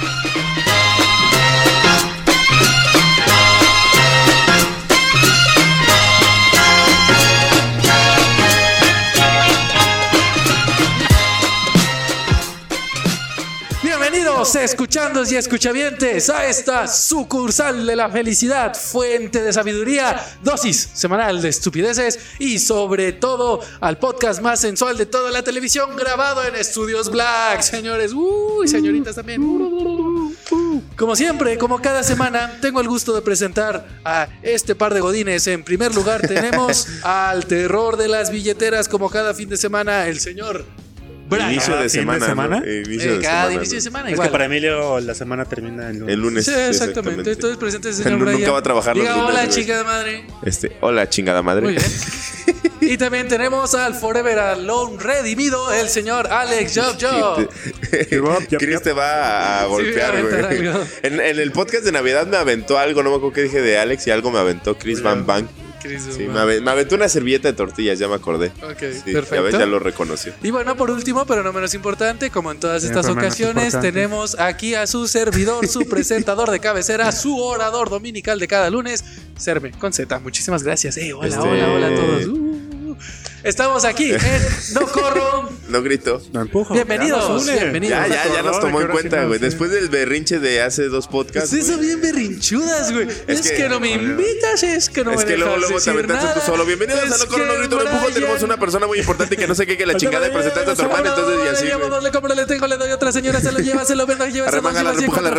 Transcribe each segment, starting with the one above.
Escuchandos y escuchavientes a esta sucursal de la felicidad, fuente de sabiduría, dosis semanal de estupideces y sobre todo al podcast más sensual de toda la televisión, grabado en Estudios Black, señores, y señoritas también. Como siempre, como cada semana, tengo el gusto de presentar a este par de godines. En primer lugar tenemos al terror de las billeteras, como cada fin de semana, el señor Brian. Inicio de semana. ¿No? Cada inicio de semana. Es que para Emilio la semana termina el lunes. El lunes. Sí, exactamente. Entonces presente el señor Brian. Nunca va a trabajar los Diga lunes. hola, chingada madre. Hola, chingada madre. Muy bien. Y también tenemos al Forever Alone redimido, el señor Alex Job. Chris te va a golpear, güey. En el podcast de Navidad me aventó algo, no me acuerdo qué dije de Alex y algo me aventó Chris Van Bang. Sí, me aventó una servilleta de tortillas, ya me acordé. Ok, sí, perfecto. Ya lo reconoció. Y bueno, por último, pero no menos importante, como en todas estas ocasiones, tenemos aquí a su servidor, su presentador de cabecera, su orador dominical de cada lunes, Serme, con Z. Muchísimas gracias. Hola a todos. Estamos aquí en No Corro, No Grito, No Empujo. Bienvenidos. Ya nos tomó en cuenta, güey. Después del berrinche de hace 2 podcasts. Sí, son bien berrinchudas, güey. Es que no me invitas, es que no me dejas. Es que luego te aventaste tú solo. Bienvenidos a No Corro, No Grito, No Empujo. Tenemos una persona muy importante que no sé qué, que la chingada de presentarte a tu hermana. Entonces, y así. Le compro, le tengo, le doy a otra señora, se lo lleva, se lo vendo, lleva, se lo lleva. Remángala.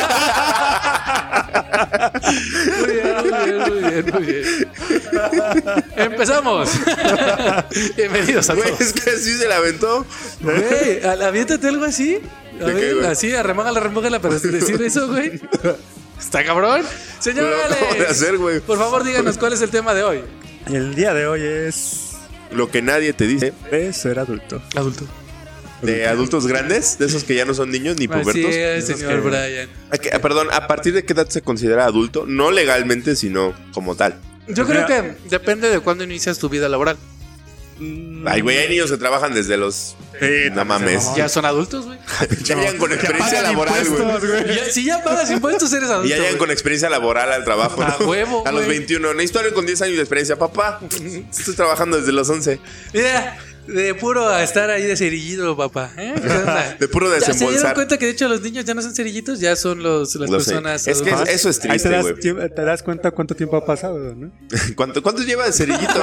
Muy bien. Empezamos. Bienvenidos a todos. Güey, es que así se la aventó. Güey, aviéntate algo así. A ¿De ver, qué, güey? así, arremángala para decir eso, güey. ¿Está cabrón? Señor Lo acabo de Alex, hacer, güey. por favor, díganos cuál es el tema de hoy. El día de hoy es Lo que nadie te dice. ser adulto. Adulto. De adultos grandes, de esos que ya no son niños ni pubertos. Así es, señor Brian. Perdón, ¿a partir de qué edad se considera adulto? No legalmente, sino como tal. Yo creo que depende de cuándo inicias tu vida laboral. Ay, güey, hay niños que trabajan desde los... no mames. Ya son adultos, güey. Ya llegan con experiencia laboral, güey. Si ya pagas impuestos, eres adulto. Y ya llegan güey. con experiencia laboral al trabajo, A ¿no? huevo, a los güey. 21. Necesito alguien con 10 años de experiencia. Papá, estoy trabajando desde los 11. Mira, de puro a estar ahí de cerillito, papá. ¿Qué onda? De puro ¿Ya se dieron desembolsar. cuenta que de hecho los niños ya no son cerillitos? Ya son las personas Es que adultas. eso es Ahí triste, güey. te das cuenta cuánto tiempo ha pasado, ¿no? ¿Cuánto lleva de cerillito?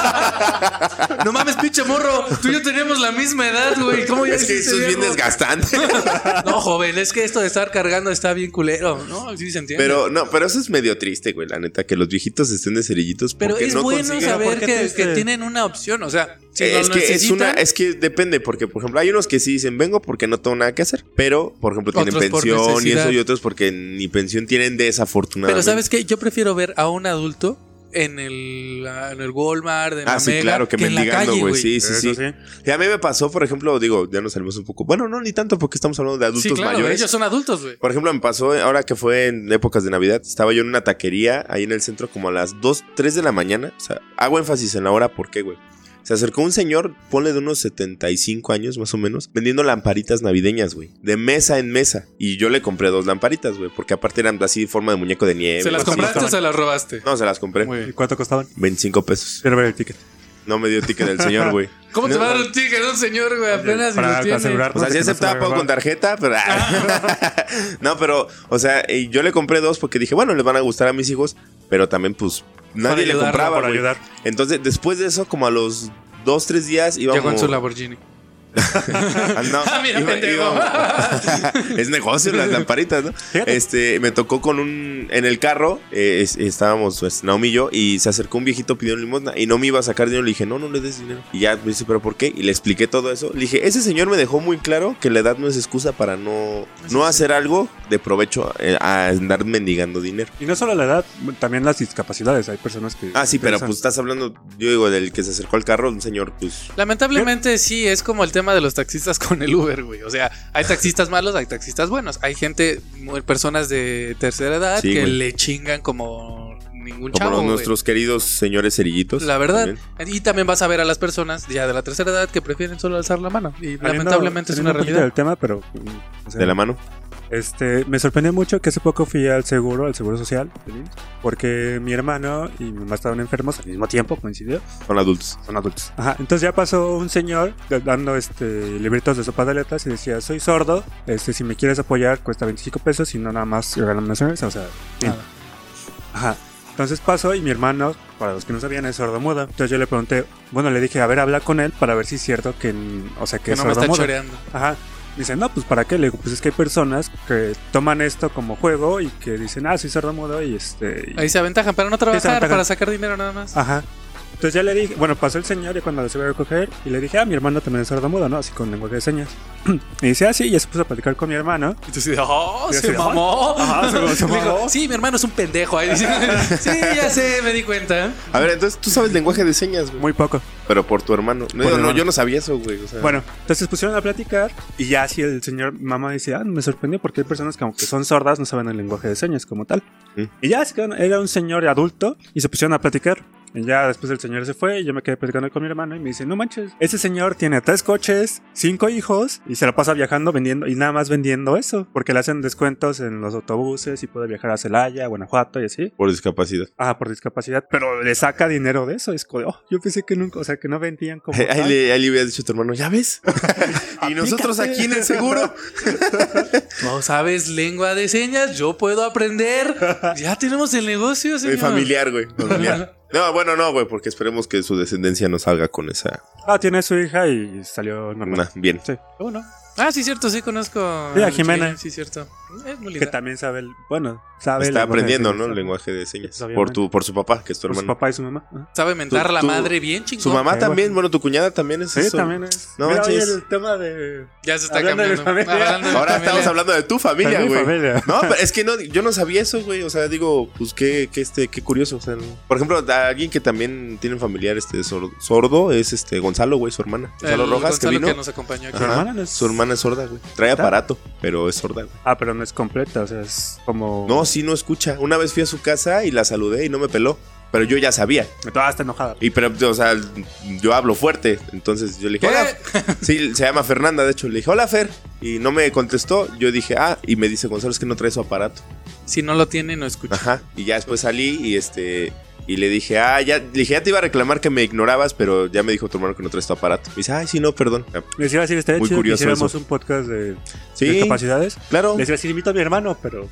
No mames, pinche morro. Tú y yo tenemos la misma edad, güey. ¿Cómo ya Es que hiciste eso es bien viejo? desgastante. No, joven, es que esto de estar cargando está bien culero, ¿no? Sí se entiende. Pero eso es medio triste, güey, la neta, que los viejitos estén de cerillitos. Pero porque es no bueno consiguen. saber ¿Por qué que triste? tienen una opción. O sea, si Es lo que necesitan, es que depende, porque por ejemplo hay unos que sí dicen vengo porque no tengo nada que hacer, pero por ejemplo tienen Otros por pensión y necesidad. eso, y otros porque ni pensión tienen desafortunadamente. pero ¿sabes qué? Yo prefiero ver a un adulto en el Walmart, en la sí, Mega, claro, que en la mendigando, calle, güey. güey. Sí. Eso sí. Y a mí me pasó, por ejemplo, digo, ya nos salimos un poco. Bueno, no, ni tanto porque estamos hablando de adultos Sí, claro, mayores. ellos son adultos, güey. Por ejemplo, me pasó ahora que fue en épocas de Navidad. Estaba yo en una taquería ahí en el centro como a las 2, 3 de la mañana. O sea, hago énfasis en la hora, ¿por qué, güey? Se acercó un señor, ponle de unos 75 años más o menos, vendiendo lamparitas navideñas, güey. De mesa en mesa. Y yo le compré 2 lamparitas, güey. Porque aparte eran así de forma de muñeco de nieve. ¿Se las así. compraste o se las robaste? No, se las compré. Muy bien. ¿Y cuánto costaban? 25 pesos. Quiero ver el ticket. No me dio ticket el señor, güey. ¿Cómo te No, va a dar un ticket un señor, güey? Apenas Para lo tiene. asegurar. O sea, sí aceptaba pago con tarjeta, pero... No, pero, o sea, yo le compré 2 porque dije, bueno, les van a gustar a mis hijos, pero también, pues, nadie le ayudarlo, compraba, para güey. ayudar. Entonces, después de eso, como a los 2, 3 días íbamos... Llegó en su Lamborghini. No, Mira, pendejo. es negocio las lamparitas, ¿no? Fíjate. Me tocó con en el carro, estábamos pues, Naomi y yo, y se acercó un viejito pidiendo limosna y no me iba a sacar dinero. Le dije, no le des dinero. Y ya me dice, ¿pero por qué? Y le expliqué todo eso. Le dije, ese señor me dejó muy claro que la edad no es excusa para no hacer algo de provecho a andar mendigando dinero. Y no solo la edad, también las discapacidades. Hay personas que... Ah, sí, pero pues estás hablando, yo digo, del que se acercó al carro, un señor, pues... Lamentablemente sí, es como el tema de los taxistas con el Uber, güey. O sea, hay taxistas malos, hay taxistas buenos. Hay gente, personas de tercera edad Sí, que güey. le chingan como ningún Como chavo. nuestros queridos señores cerillitos. La verdad. También. Y también vas a ver a las personas ya de la tercera edad que prefieren solo alzar la mano. Y lamentablemente es una realidad. Del tema, pero, o sea, De la mano. Me sorprendió mucho que hace poco fui al seguro social, porque mi hermano y mi mamá estaban enfermos al mismo tiempo, coincidió. Son adultos. Son adultos. Ajá, entonces ya pasó un señor dando libritos de sopa de letras y decía, soy sordo, si me quieres apoyar cuesta 25 pesos y no nada más regálame una cerveza, o sea, bien. Ajá. Entonces pasó y mi hermano, para los que no sabían, es sordomudo. Entonces yo le pregunté, bueno, le dije, a ver, habla con él para ver si es cierto que es no me está sordomudo. choreando. Ajá. Dice, no, pues ¿para qué? Le digo, pues es que hay personas que toman esto como juego y que dicen, soy sordomudo y Ahí se aventajan para no trabajar, aventajan. para sacar dinero nada más. Ajá. Entonces ya le dije, bueno, pasó el señor y cuando lo se iba a recoger y le dije, mi hermano también es sordomudo, ¿no? Así con lenguaje de señas. Y dice, sí, y ya se puso a platicar con mi hermano. Y tú se se mamó. Ajá, se mamó. Dijo, sí, mi hermano es un pendejo. Ahí dice, sí, ya sé, me di cuenta. A ver, entonces tú sabes lenguaje de señas, güey. Muy poco. Pero por tu hermano. No, yo no sabía eso, güey. O sea, bueno, entonces pusieron a platicar y ya así el señor mamá dice, me sorprendió porque hay personas que aunque son sordas no saben el lenguaje de señas como tal. Y ya era un señor adulto y se pusieron a platicar. Y ya después el señor se fue y yo me quedé platicando con mi hermano y me dice, no manches, ese señor tiene 3 coches, 5 hijos y se la pasa viajando vendiendo y nada más vendiendo eso, porque le hacen descuentos en los autobuses y puede viajar a Celaya, Guanajuato y así. Por discapacidad. Por discapacidad, pero le saca dinero de eso. Es como, yo pensé que nunca, o sea, que no vendían como ahí le hubiera dicho a tu hermano, ¿ya ves? Y nosotros aquí en el seguro. No sabes lengua de señas, yo puedo aprender. Ya tenemos el negocio, señor. Familiar, güey. Familiar. No, bueno, no, güey, porque esperemos que su descendencia no salga con esa. Tiene su hija y salió normal. Bien. Sí. Sí, cierto, sí conozco. Sí, a Jimena. Sí, cierto. Es muy linda. Que también sabe Está aprendiendo, ¿no? El lenguaje de señas. Por su papá, que es tu hermano. Su papá y su mamá. Sabe mentar a la madre bien chingón. Su mamá también, bueno, tu cuñada también es eso. Sí, también es. No, mira, oye, el tema de... Ya se está cambiando. Ahora estamos hablando de tu familia, güey. No, pero es que yo no sabía eso, güey. O sea, digo, pues qué curioso. O sea, por ejemplo, alguien que también tiene un familiar sordo es Gonzalo, güey, su hermana. Gonzalo Rojas, Gonzalo que vino. Que nos acompañó aquí. Su hermana es sorda, güey. Trae aparato, pero es sorda, güey. Pero no es completa, o sea, es como... No, sí, no escucha. Una vez fui a su casa y la saludé y no me peló. Pero yo ya sabía. Toda está enojada. Pero, o sea, yo hablo fuerte. Entonces yo le dije, hola. Sí, se llama Fernanda, de hecho. Le dije, hola, Fer. Y no me contestó. Yo dije, y me dice, Gonzalo, es que no trae su aparato. Si no lo tiene, no escucha. Ajá. Y ya después salí y le dije, ya te iba a reclamar que me ignorabas, pero ya me dijo tu hermano que no traes tu aparato. Me dice, sí, no, perdón. Les iba a decir, estaría muy chido que curioso hiciéramos eso. un podcast de Sí, discapacidades. Claro. Les iba a decir, invito a mi hermano, pero...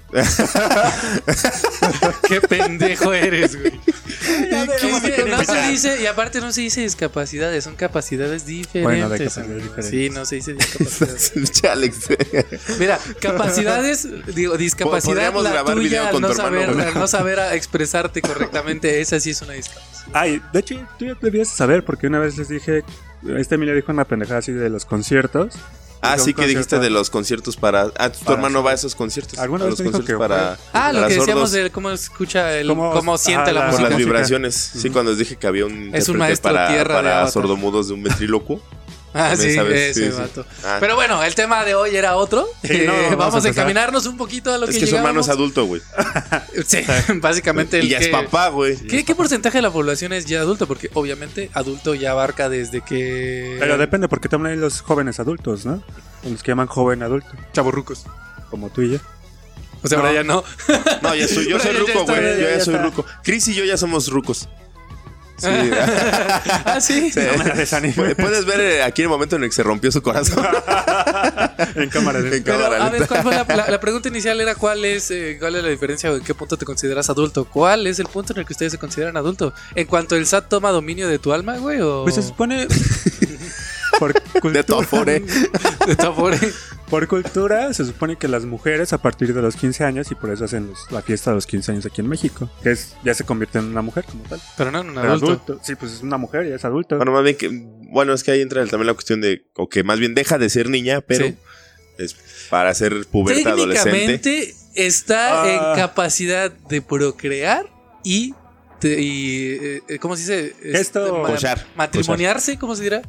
Qué pendejo eres, güey. No se dice, y aparte no se dice discapacidades, son capacidades diferentes. Bueno, de capacidades diferentes. Sí, no se dice discapacidades. Alex. Mira, capacidades, discapacidad Podríamos la grabar tuya video con al tu hermano. no saber expresarte correctamente, esa sí es una discapacidad. De hecho, tú ya debías saber, porque una vez les dije, Emilia dijo una pendejada así de los conciertos. Sí que dijiste de los conciertos para... tu hermano va a esos conciertos. ¿Alguna vez los dijo que para... lo que sordos, decíamos de cómo escucha, cómo siente la por música. las vibraciones. Sí, cuando les dije que había un Es un maestro tierra para sordomudos de un ventrílocuo. Sí, sabes, ese vato. Pero bueno, el tema de hoy era otro. Vamos a encaminarnos un poquito a lo que Es que su hermano es adulto, güey. Sí, básicamente y ya es papá, güey. ¿Qué porcentaje de la población es ya adulto? Porque obviamente adulto ya abarca desde que... Pero depende, porque también hay los jóvenes adultos, ¿no? Los que llaman joven adulto. Chavorrucos. Como tú y yo. O sea, ahora ya no. No, yo soy ruco, güey. Yo ya soy ruco. Chris y yo ya somos rucos. Sí. Sí. No me la desanime. Puedes ver aquí el momento en el que se rompió su corazón. En cámara lenta. Pero, a ver, ¿cuál fue la pregunta inicial? Era ¿cuál es la diferencia o en qué punto te consideras adulto? ¿Cuál es el punto en el que ustedes se consideran adulto? ¿En cuanto el SAT toma dominio de tu alma, güey? ¿O? Pues se supone... Por cultura, de Tofore. Por cultura, se supone que las mujeres a partir de los 15 años, y por eso hacen la fiesta de los 15 años aquí en México, que ya se convierte en una mujer como tal. Pero no en un adulto. Sí, pues es una mujer, ya es adulto. Bueno, más bien es que ahí entra también la cuestión de, o que más bien deja de ser niña, pero es para ser puberta adolescente. Técnicamente está en capacidad de procrear y ¿cómo se dice? Cochar. Matrimoniarse, ¿cómo se dirá?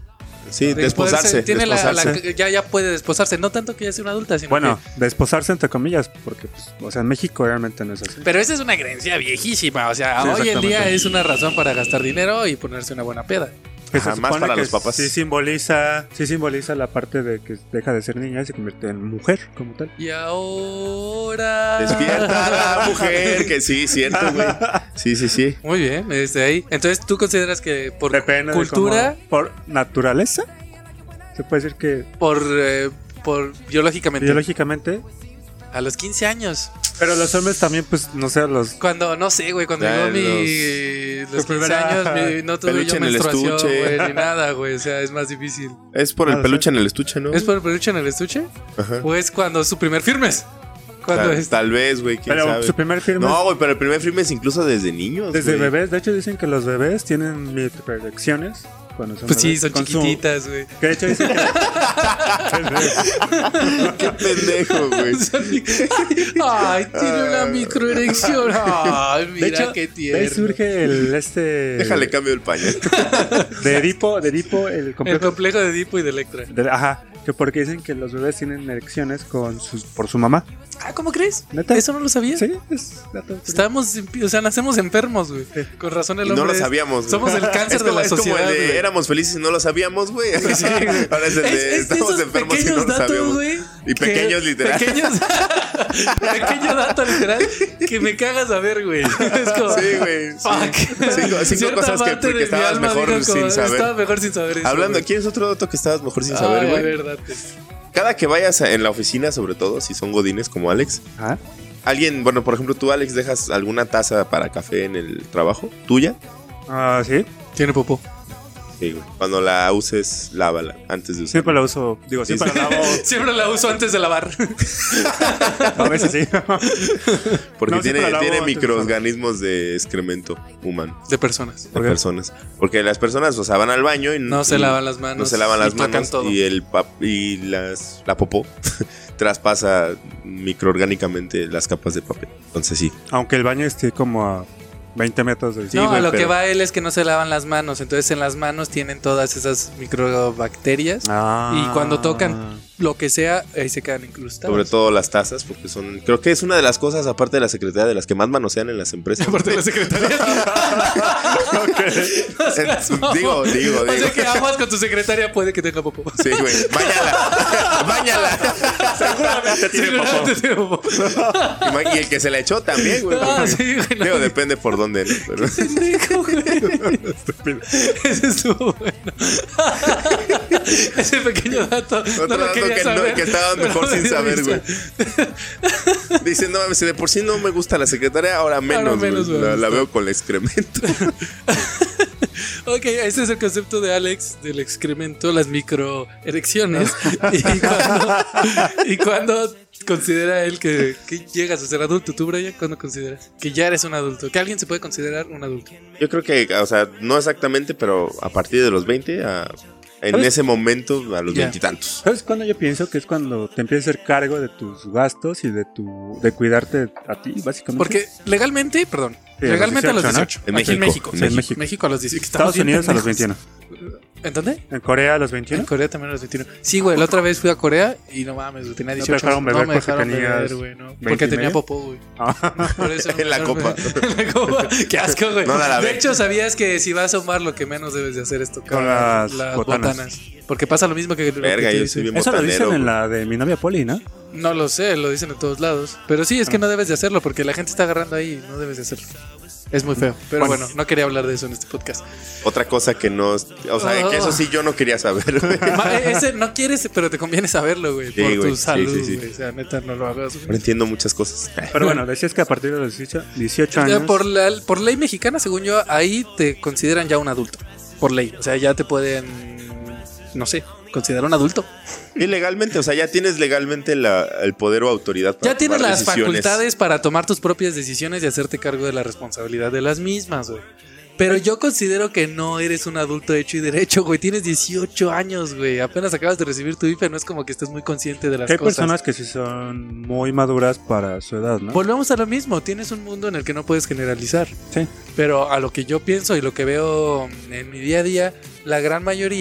Sí, De desposarse. Tiene desposarse. ya puede desposarse. No tanto que ya sea una adulta, sino Bueno, que... desposarse entre comillas, porque, pues, o sea, en México realmente no es así. Pero esa es una creencia viejísima. O sea, Sí, hoy en día exactamente. es una razón para gastar dinero y ponerse una buena peda. Que se Ajá, más supone para que los papás. Sí simboliza la parte de que deja de ser niña y se convierte en mujer como tal. Y ahora... Despierta a la mujer, que sí, cierto, güey. Sí. Muy bien, desde ahí. Entonces, ¿tú consideras que por Depende de cultura, por naturaleza, se puede decir que por biológicamente, biológicamente, a los 15 años? pero los hombres también, pues, no sé, Cuando, no sé, güey, cuando Ya, llegó los 15 primera años, no tuve peluche yo en el menstruación, estuche. güey, ni nada, güey. O sea, es más difícil. Es por el Ah, peluche en el estuche, ¿no? ¿Es por el peluche en el estuche? Ajá. ¿O es cuando es su primer firmes? Cuando es... Tal vez, güey, quién pero sabe. su primer firme No, güey, pero el primer firme es incluso desde niños. desde güey. bebés. De hecho, dicen que los bebés tienen microerecciones cuando son Pues sí, bebés, son con su- chiquititas, güey. Que de hecho dicen que Qué pendejo, güey. Ay, tiene una microerección. Ay, de mira hecho, qué de ahí tierno. surge el Déjale cambio el pañal. de Edipo, el El complejo complejo de Edipo y de Electra. ajá, que porque dicen que los bebés tienen erecciones por su mamá. Ah, ¿cómo crees? ¿Neta? Eso no lo sabía. Sí, es dato. Estábamos, o sea, nacemos enfermos, güey. Con razón el Y hombre. no lo es- sabíamos. güey. Somos el cáncer de la Es como sociedad. el de güey. éramos felices y no lo sabíamos, güey. Sí, güey. Ahora es el de Es estamos esos enfermos y no pequeños lo datos, sabíamos. güey, Y que- pequeños, literal. Pequeño dato literal que me cagas a ver, güey. Es como, Sí, güey. sí. fuck. Cinco Cierta cosas parte de que mi estabas alma mejor dijo como, sin saber. Estaba mejor sin saber eso. Hablando, güey. ¿quieres otro dato que estabas mejor sin Ay, saber, a güey? ver, date. Cada que vayas en la oficina, sobre todo, si son godines como Alex, Ajá. alguien, bueno, por ejemplo, tú, Alex, dejas alguna taza para café en el trabajo, tuya. Ah, sí. Tiene popó. Sí, güey. Cuando la uses, lávala antes de usarla. Siempre la uso, digo, Sí, siempre sí. la lavo. Siempre la uso antes de lavar. A veces sí. Porque No, siempre la lavo tiene antes de microorganismos de excremento humano. De personas. De ¿Por qué? personas. Porque las personas, o sea, van al baño y No se lavan las manos. No se lavan y las tocan manos todo. y la popó traspasa microorgánicamente las capas de papel. Entonces sí. Aunque el baño esté como a 20 metros del Sí, No, güey, a lo que pero- va él es que no se lavan las manos. Entonces en las manos tienen todas esas microbacterias. Ah. Y cuando tocan lo que sea, ahí se quedan incrustadas. Sobre todo las tazas, porque creo que es una de las cosas, aparte de la secretaria, de las que más manosean en las empresas. Aparte de la secretaria. No seas mamón. Digo. O sea que aguas con tu secretaria, puede que tenga popó. Sí, güey. Báñala. Seguramente tiene popó. Seguramente tiene popó. Y el que se la echó también, güey. Ah, porque- sí, güey. no. Digo, depende por dónde, ¿no? Pero- Pendejo, güey. Ese estuvo bueno. Ese pequeño dato. Otro no lo dato quería saber, que estaba pero mejor me sin dio saber, risa. güey. Dicen, no mames, si de por sí no me gusta la secretaria, ahora menos, menos güey. me La gusta. veo con el excremento. Ok, ese es el concepto de Alex del excremento, las microerecciones. y cuando considera él que llegas a ser adulto, tú, Brian, ¿cuándo consideras que ya eres un adulto? Que alguien se puede considerar un adulto. Yo creo que, o sea, no exactamente, pero a partir de los 20, en ¿Sabes? ese momento, a los Ya. 20 y tantos. ¿Sabes cuándo yo pienso que es cuando te empiezas a hacer cargo de tus gastos y de cuidarte a ti, básicamente? Porque legalmente, perdón, Sí, a los legalmente a los 18, 18. ¿no? En Aquí en México, México. en Sí, México. México a los 18. Estados Unidos a los 21. ¿En dónde? En Corea a los En 21. Corea también a los 21. Sí, güey, la otra vez fui a Corea y no mames, güey, tenía No te 18 dejaron beber no me porque dejaron tenías beber, güey, no. 20 Porque y tenía medio. popó, güey. Por eso no me En la dejaron copa. beber. En la copa. Qué asco, güey. No la lavé. De hecho, ¿sabías que si vas a tomar lo que menos debes de hacer es tocar Con las botanas? botanas. Porque pasa lo mismo que lo Verga, que te yo dice. soy bien Eso lo botanero, dicen en güey. la de mi novia Poli, ¿no? No lo sé, lo dicen en todos lados. Pero sí, es que no debes de hacerlo porque la gente está agarrando ahí y no debes de hacerlo. Es muy feo. Pero bueno, no quería hablar de eso en este podcast. Otra cosa que no... O sea, que eso sí yo no quería saber, güey. Ese no quieres, pero te conviene saberlo, güey. Sí, Por güey, tu sí, salud, sí, sí. güey. O sea, neta, no lo hagas, güey. Ahora entiendo muchas cosas. Pero bueno, decías que a partir de los 18 años. Por ley mexicana, según yo, ahí te consideran ya un adulto. Por ley. O sea, ya te pueden, no sé, considerar un adulto. Y legalmente, o sea, ya tienes legalmente el poder o autoridad para Ya tienes tomar las decisiones. facultades para tomar tus propias decisiones y hacerte cargo de la responsabilidad de las mismas, güey. Pero yo considero que no eres un adulto hecho y derecho, güey. Tienes 18 años, güey. Apenas acabas de recibir tu IFE, no es como que estés muy consciente de las Hay cosas. personas que sí son muy maduras para su edad, ¿no? Volvemos a lo mismo, tienes un mundo en el que no puedes generalizar. Sí. Pero a lo que yo pienso y lo que veo en mi día a día, la gran mayoría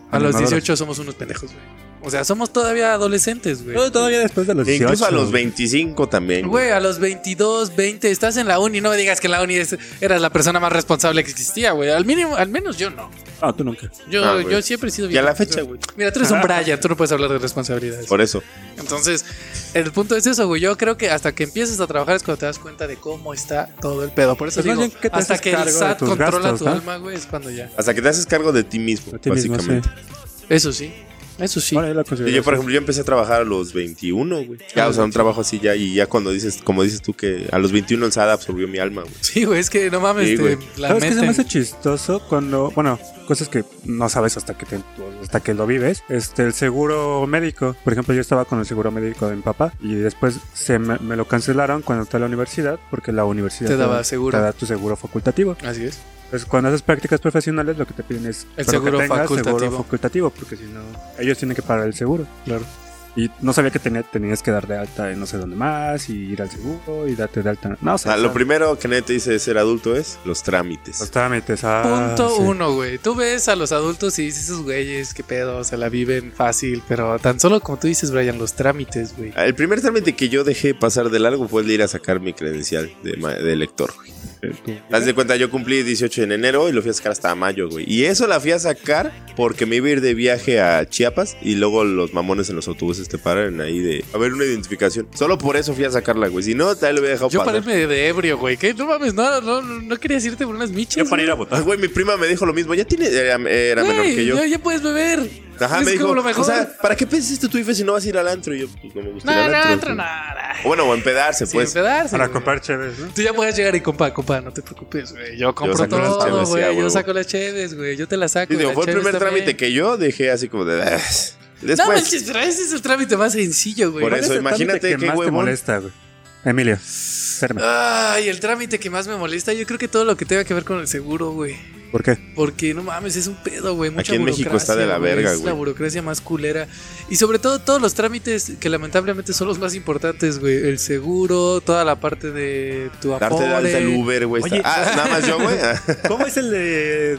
A los 18 somos unos pendejos, güey. O sea, somos todavía adolescentes, güey. No, todavía después de los 18. Incluso a los 25 también. Güey, a los 22, 20, estás en la uni. No me digas que en la uni eras la persona más responsable que existía, güey. Al menos yo no. No, tú nunca. Yo siempre he sido bien. Y a la fecha, güey. Mira, tú eres un Brian, tú no puedes hablar de responsabilidades. Por eso. Entonces, el punto es eso, güey. Yo creo que hasta que empiezas a trabajar es cuando te das cuenta de cómo está todo el pedo. Por eso Pues más digo, bien que te hasta haces que el cargo de SAT tus controla gastos, tu ¿no? alma, güey, es cuando ya. Hasta que te haces cargo de ti mismo, A ti mismo, básicamente. Eso sí. Eso sí. Bueno, yo la Y considero yo, por así. ejemplo, yo empecé a trabajar a los 21, güey. Ya, o sea, un trabajo así ya. Y ya cuando dices, como dices tú, que a los 21 el SAD absorbió mi alma, güey. Sí, güey, es que no mames, Sí, güey. la ¿Sabes qué se me meten. hace chistoso cuando, bueno, cosas que no sabes hasta que lo vives? El seguro médico. Por ejemplo, yo estaba con el seguro médico de mi papá y después me lo cancelaron cuando entré a la universidad porque la universidad Te daba seguro. te da tu seguro facultativo. Así es. Entonces, cuando haces prácticas profesionales, lo que te piden es El pero seguro que tengas facultativo. seguro facultativo, porque si no, ellos tienen que pagar el seguro. Claro. Y no sabía que tenías que dar de alta en no sé dónde más y ir al seguro y darte de alta. No, o sea, Lo primero que nadie te dice de ser adulto es los trámites. los trámites. Punto sí. 1, güey. Tú ves a los adultos y dices, esos güeyes, qué pedo, se la viven fácil. Pero tan solo como tú dices, Brian, los trámites, güey. El primer trámite que yo dejé pasar de largo fue el de ir a sacar mi credencial de lector, güey. Haz de cuenta, yo cumplí 18 en enero y lo fui a sacar hasta mayo, güey. Y eso la fui a sacar porque me iba a ir de viaje a Chiapas y luego los mamones en los autobuses te paran ahí de a ver una identificación. Solo por eso fui a sacarla, güey. Si no, tal lo hubiera dejado Yo pasar. paré de ebrio, güey. ¿Qué? No mames, no querías irte por unas michas. Yo para ir a güey. votar. Güey, mi prima me dijo lo mismo. Ya tiene. Era menor Güey, que yo. ya puedes beber. Ajá, Es me dijo. como lo mejor. O sea, ¿para qué pensaste tu IFE si no vas a ir al antro? Y yo, pues no me gusta ir al antro. Nada. O bueno, o empedarse, Sin pues. pedarse. Para güey. comprar chéves, ¿no? Tú ya puedes llegar y compa, no te preocupes, güey. Yo compro saco las todo, cheves, sí, güey. a yo huevo. saco las cheves, güey. Yo te las saco. Y digo, las fue el cheves primer también. trámite que yo dejé así como de. No Después. manches, pero ese es el trámite más sencillo, güey. Por ¿Cuál eso, es el imagínate trámite que qué más te huevón. molesta, güey? Emilio, espérame. Ay, el trámite que más me molesta, yo creo que todo lo que tenga que ver con el seguro, güey. ¿Por qué? Porque no mames, es un pedo, güey. Mucha Aquí en México está de la burocracia, verga, Es la güey. burocracia más culera. Y sobre todo todos los trámites que lamentablemente son los más importantes, güey. El seguro, toda la parte de tu Darte de alta el afore. Uber, güey. Oye. Nada más yo, güey. ¿Cómo es el de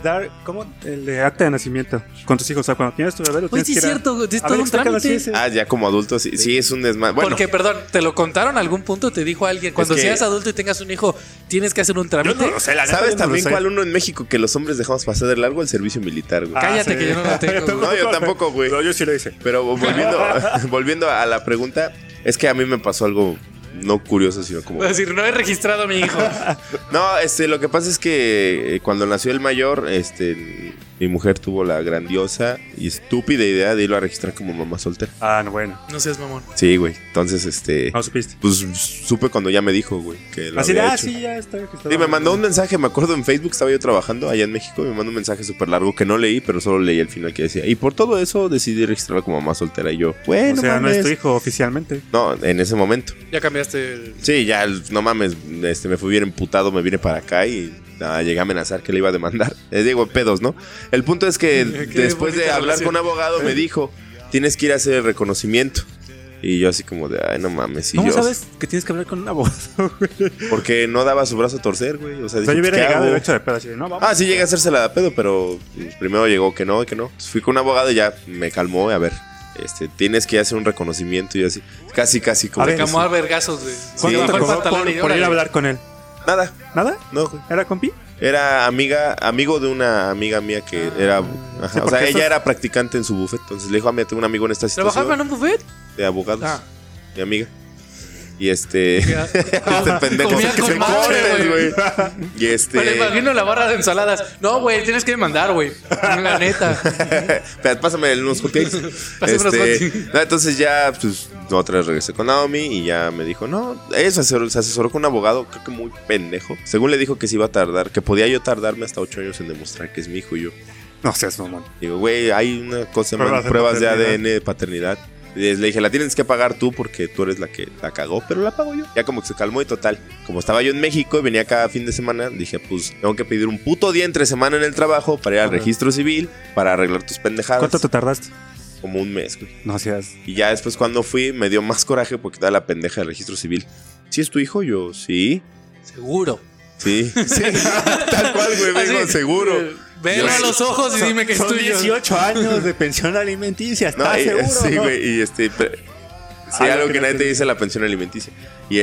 el de acta de nacimiento con tus hijos? O sea, cuando tienes tu bebé, lo Oye, tienes sí que es ir a- cierto, güey. Es A todo ver, un explícalo así, trámite. ese. Ya como adulto, sí es un desmadre. Bueno, Porque, perdón, ¿te lo contaron a algún punto? ¿Te dijo alguien? Cuando que- seas adulto y tengas un hijo, tienes que hacer un Yo trámite. no lo sé, la neta, ¿sabes yo no lo también sé. cuál uno en México que los hombres dejamos pasar de largo? El servicio militar, güey. Cállate, que yo no lo tengo, güey. No, yo tampoco, güey. No, yo sí lo hice. Pero volviendo a la pregunta, es que a mí me pasó algo no curioso, sino como... Voy a decir, no he registrado a mi hijo. No, lo que pasa es que cuando nació el mayor, mi mujer tuvo la grandiosa y estúpida idea de irlo a registrar como mamá soltera. Ah, no, bueno. No seas mamón. Sí, güey. Entonces, No supiste. pues supe cuando ya me dijo, güey, que lo Así de, había hecho. sí, ya está registrado. Sí, me mandó un mensaje, me acuerdo en Facebook, estaba yo trabajando allá en México, me mandó un mensaje súper largo que no leí, pero solo leí el final que decía, y por todo eso decidí registrarla como mamá soltera. Y yo, O bueno, sea, no mames. es tu hijo oficialmente. No, en ese momento. Ya cambiaste el... Sí, ya, no mames, me fui bien emputado, me vine para acá y llegué a amenazar que le iba a demandar. Les digo, pedos, ¿no? El punto es que después de bonita hablar relación. con un abogado me dijo, tienes que ir a hacer el reconocimiento. Y yo así como de, ay, no mames. Y ¿Cómo yo, sabes que tienes que hablar con un abogado, güey? porque no daba su brazo a torcer, güey. O sea, O sea, dije, yo pues, hubiera ¿qué llegado hago? y hecho de pedo así de, no, vamos. Ah, sí llegué a hacérsela de pedo, pero pues, primero llegó que no. Entonces, fui con un abogado y ya me calmó. A ver, tienes que hacer un reconocimiento y así. Casi como... A ver, que Camó a vergazos, güey. ¿Cuánto sí, te bajó el cobró pantalón y por ir órale. a hablar con él? Nada, ¿Nada? no, güey. ¿Era compi? Era amigo de una amiga mía que era... Ajá, Sí, o porque sea, ella eso- era practicante en su buffet. Entonces le dijo, mira, tengo un amigo en esta situación ¿Trabajaba en un buffet? de abogados. Ah. Mi amiga. Y este pendejo Comía que con se madre, corre, güey. güey. Y Me lo imagino la barra de ensaladas. No, güey, tienes que demandar, güey. La neta. Espera, pásame unos hotcakes. Pásame unos hotcakes. No, entonces ya, pues, otra vez regresé con Naomi y ya me dijo, no, se asesoró con un abogado, creo que muy pendejo. Según le dijo que se iba a tardar, que podía yo tardarme hasta 8 años en demostrar que es mi hijo y yo. No seas mamón. Digo, güey, hay una cosa llamada Pruebas de pruebas de paternidad. ADN de paternidad. Y le dije, la tienes que pagar tú porque tú eres la que la cagó, pero la pago yo. Ya como que se calmó y total. Como estaba yo en México y venía cada fin de semana, dije, pues tengo que pedir un puto día entre semana en el trabajo para ir al Ajá. registro civil, para arreglar tus pendejadas. ¿Cuánto te tardaste? Como un mes, güey. No seas. Y ya después cuando fui me dio más coraje porque estaba la pendeja del registro civil. ¿Sí es tu hijo? Yo, sí. Seguro. Sí. Sí. Tal cual, güey, me dijo, Así, seguro. Velo a los ojos y dime que es Son tuyo. 18 años de pensión alimenticia, ¿estás seguro? Sí, ¿no? güey, sí, algo que nadie te dice la pensión alimenticia.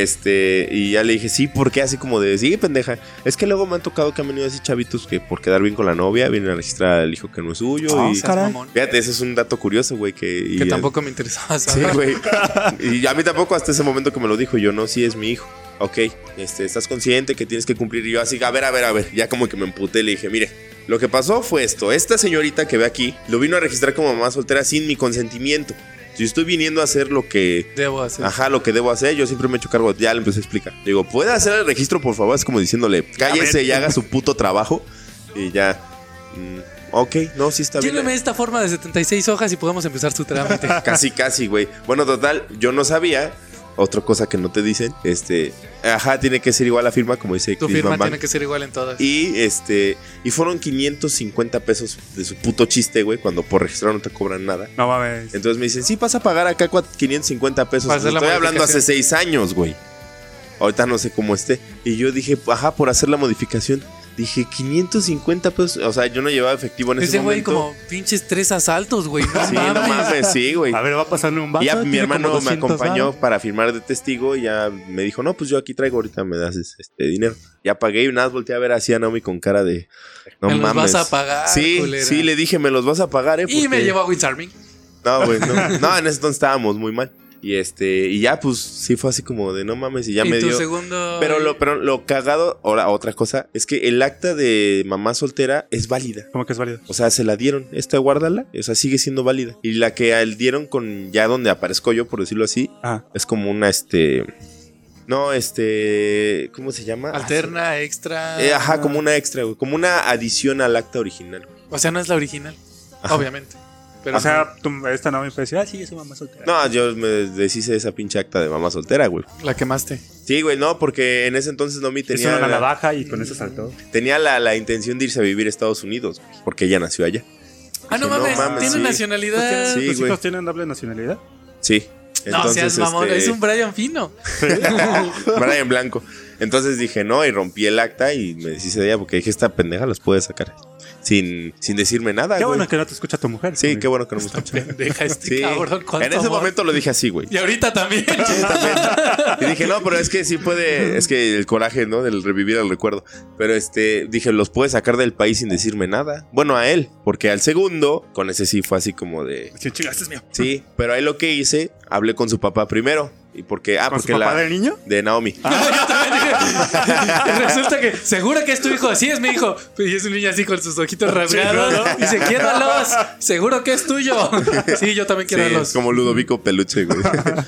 Y ya le dije, sí, ¿por qué? Así como de, sí, pendeja. Es que luego me han tocado que han venido así chavitos que por quedar bien con la novia vienen a registrar al hijo que no es suyo. Y caray. fíjate, ese es un dato curioso, güey. Que Tampoco me interesaba Sí, saber. güey. Y a mí tampoco hasta ese momento que me lo dijo. Yo, no, sí es mi hijo. Ok, ¿estás consciente que tienes que cumplir? Y yo así, a ver. Ya como que me emputé, le dije, mire, lo que pasó fue esto. Esta señorita que ve aquí lo vino a registrar como mamá soltera sin mi consentimiento. Si estoy viniendo a hacer lo que debo hacer. Ajá, lo que debo hacer, yo siempre me echo cargo. Ya le empecé a explicar. Le digo, ¿puede hacer el registro, por favor? Es como diciéndole, cállese y haga su puto trabajo. Y ya. Ok, no, sí está bien. Lléname esta forma de 76 hojas y podemos empezar su trámite. Casi, güey. Bueno, total, yo no sabía. Otra cosa que no te dicen, tiene que ser igual la firma, como dice Tu Chris firma Van Bank. tiene que ser igual en todas. Y fueron 550 pesos de su puto chiste, güey, cuando por registrar no te cobran nada. No mames. Entonces me dicen, sí, vas a pagar acá 550 pesos. Para hacer la Estoy hablando hace modificación. 6 años, güey. Ahorita no sé cómo esté. Y yo dije, por hacer la modificación. Dije, 550 pesos. O sea, yo no llevaba efectivo en ese güey momento. como pinches 3 asaltos, güey. No Sí, mames. no mames, sí, güey. A ver, va a pasarle un vaso. Y ya mi tiene hermano como me 200 acompañó varos. para firmar de testigo y ya me dijo, no, pues yo aquí traigo, ahorita me das dinero. Ya pagué y nada más volteé a ver así a Naomi con cara de, no Me los mames. vas a pagar, Sí, culera. sí, le dije, me los vas a pagar, Y porque... me llevó a Wins Army. No, güey, no, en ese entonces estábamos muy mal. Y ya pues sí fue así como de no mames y ya y me tu dio. segundo... Pero lo cagado, ahora otra cosa, es que el acta de mamá soltera es válida. ¿Cómo que es válido? O sea, se la dieron, guárdala, o sea, sigue siendo válida. Y la que dieron con ya donde aparezco yo, por decirlo así, es como una no, ¿cómo se llama? Alterna, extra... Como una extra, güey, como una adición al acta original, güey. O sea, no es la original, Ajá. obviamente. Pero O sea, esta no me puede decir, sí, es su mamá soltera. No, yo me deshice de esa pinche acta de mamá soltera, güey. la quemaste. Sí, güey, no, porque en ese entonces Nomi Hizo tenía una navaja y con eso saltó. tenía la intención de irse a vivir a Estados Unidos, güey, porque ella nació allá. Ah, no Dije, mames, no mames, tiene sí. nacionalidad. Sí, ¿Tus güey. hijos tienen doble nacionalidad? Sí. No seas mamón, es un Brian Fino. Brian Blanco. Entonces dije no y rompí el acta y me deshice de ella porque dije, esta pendeja los puede sacar sin decirme nada, Qué güey. bueno que no te escucha tu mujer. Sí, amigo. qué bueno que no me escucha. Pendeja Sí. cabrón. ¿Cuánto En ese amor? momento lo dije así, güey. Y ahorita también. Y dije, no, pero es que sí puede, es que el coraje, ¿no? Del revivir el recuerdo. Pero dije, los puede sacar del país sin decirme nada. Bueno, a él, porque al segundo, con ese sí fue así como de... Sí, chinga, este es mío. Sí, pero ahí lo que hice, hablé con su papá primero. Y porque, ¿Con porque su papá del niño? de Naomi. Yo también dije. Y resulta que, ¿seguro que es tu hijo? Sí, es mi hijo. Y es un niño así con sus ojitos rasgados. ¿No? Dice, quiéralos. Seguro que es tuyo. Sí, yo también quiero Sí, los. como Ludovico Peluche, güey.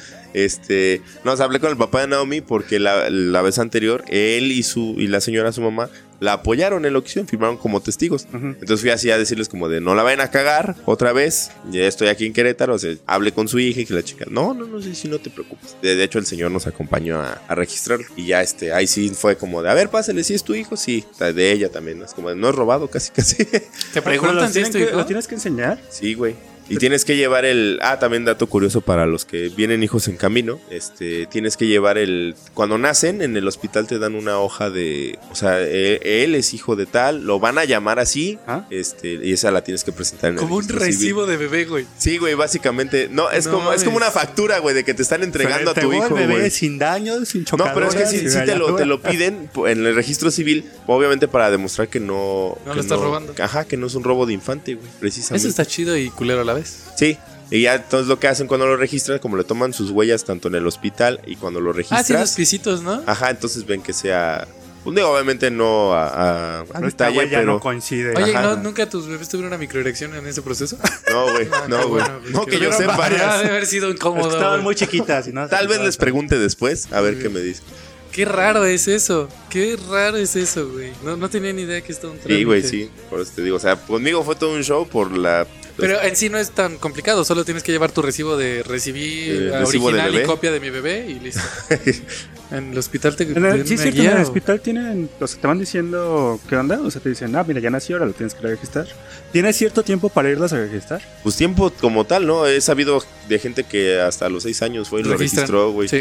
No, o sea, hablé con el papá de Naomi porque la vez anterior, él y la señora, su mamá, la apoyaron en la ocasión, firmaron como testigos. Entonces fui así a decirles como de, no la vayan a cagar otra vez, ya estoy aquí en Querétaro, o sea, hablé con su hija y que la chica, no, sí, no te preocupes. De hecho, el señor nos acompañó a registrarlo y ya ahí sí fue como de, a ver, pásale, ¿sí es tu hijo? Sí, de ella también, ¿no? Es como de, no es robado, casi. Te preguntan si es tu hijo. ¿Lo tienes que enseñar? Sí, güey. Y tienes que llevar también dato curioso para los que vienen hijos en camino, tienes que llevar cuando nacen en el hospital te dan una hoja de, o sea, él es hijo de tal, lo van a llamar así, y esa la tienes que presentar en el Como un registro civil. recibo de bebé, güey. Sí, güey, básicamente, no, es como una factura, güey, de que te están entregando a tu hijo, el bebé güey. sin daños, sin No, chocadoras. pero es que sí te lo piden en el registro civil, obviamente para demostrar que no... No que lo estás robando. Ajá, que no es un robo de infante, güey, precisamente. Eso está chido y culero a la vez. Sí, y ya entonces lo que hacen cuando lo registran, como le toman sus huellas tanto en el hospital y cuando lo registras. Sí, los pisitos, ¿no? Ajá, entonces ven que sea... Pues digo, obviamente no a Esta detalle, huella pero... no coincide. Oye, Ajá. ¿nunca tus bebés tuvieron una microerección en ese proceso? No, güey, qué no, güey. bueno, No, qué que yo bueno. sepa. Ha de haber sido incómodo. Estaban güey. muy chiquitas. Y no Tal vez les pregunte después, a ver qué me dice. Qué raro es eso. Qué raro es eso, güey. No tenía ni idea que esto era un trámite. Sí, güey, sí. Por eso te digo, o sea, conmigo fue todo un show por la... Pero en sí no es tan complicado. Solo tienes que llevar tu recibo de recibir recibo de original y bebé. copia de mi bebé y listo. En el hospital te Sí, tienen es una cierto, guía, en el o- hospital tienen, o sea, te van diciendo qué onda, o sea, te dicen, mira, ya nació, ahora lo tienes que registrar. ¿Tienes cierto tiempo para irlas a registrar? Pues tiempo como tal, ¿no? He sabido de gente que hasta los 6 años fue y lo Registran. registró, güey. Sí.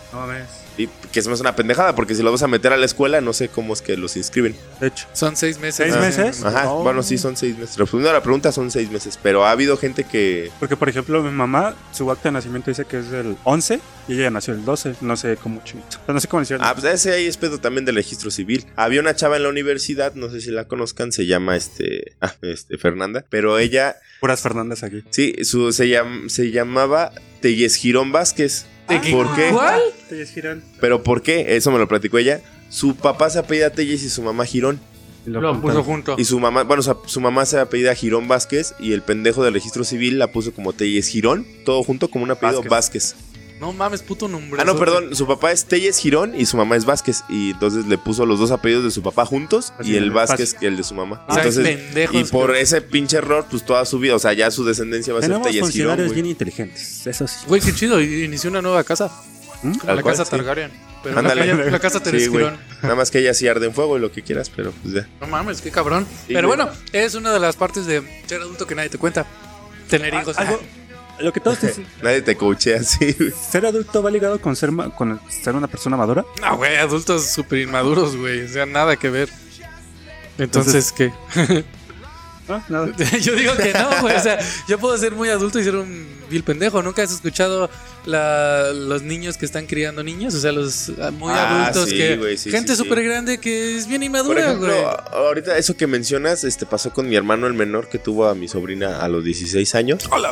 No mames. Y que eso es una pendejada, porque si lo vas a meter a la escuela, no sé cómo es que los inscriben. De hecho. Son 6 meses. ¿6 meses? Ajá, No. bueno, sí, son 6 meses. Respondiendo a la pregunta, son 6 meses. Pero ha habido gente que... Porque, por ejemplo, mi mamá, su acta de nacimiento dice que es del 11 y ella nació el 12. No sé cómo chingito. O sea, no sé cómo decirlo. Ah, pues ese ahí es pedo también del registro civil. Había una chava en la universidad, no sé si la conozcan, se llama Fernanda, pero ella, Puras Fernández aquí. sí, se llamaba Telles Girón Vázquez. ¿Por qué? ¿Cuál? Telles Girón. ¿Pero por qué? Eso me lo platicó ella. Su papá se apellida Telles y su mamá Girón. Y Lo juntaron. puso junto. Y su mamá, bueno, su mamá se apellida Girón Vázquez y el pendejo del registro civil la puso como Telles Girón, todo junto como un apellido Vázquez. No mames, puto nombre. Ah, no, perdón, su papá es Telles Girón y su mamá es Vázquez. Y entonces le puso los dos apellidos de su papá juntos Así y el es, Vázquez fácil. y el de su mamá. O sea, Entonces, pendejos, y por pero- ese pinche error, pues toda su vida, o sea, ya su descendencia va a ser Tenemos Telles Girón. funcionarios güey. bien inteligentes. Eso sí. Güey, qué chido. Inició una nueva casa. ¿Mm? Como Tal la cual, casa sí. Targaryen. Pero Ándale. la casa Sí, Teres güey. Girón. Nada más que ella sí arde en fuego y lo que quieras, pero pues ya. No mames, qué cabrón. Sí, Pero güey. bueno, es una de las partes de ser adulto que nadie te cuenta. Tener hijos. Algo, lo que todos dicen. Nadie te coachea así, güey. ¿Ser adulto va ligado con ser una persona madura? No, güey, adultos súper inmaduros, güey. O sea, nada que ver. Entonces, ¿qué? No, nada. Yo digo que no, güey. O sea, yo puedo ser muy adulto y ser un vil pendejo. ¿Nunca has escuchado los niños que están criando niños? O sea, los muy adultos sí, que... güey, sí, gente sí, sí. súper grande que es bien Por inmadura, ejemplo, güey. ahorita eso que mencionas, pasó con mi hermano el menor que tuvo a mi sobrina a los 16 años. Hola.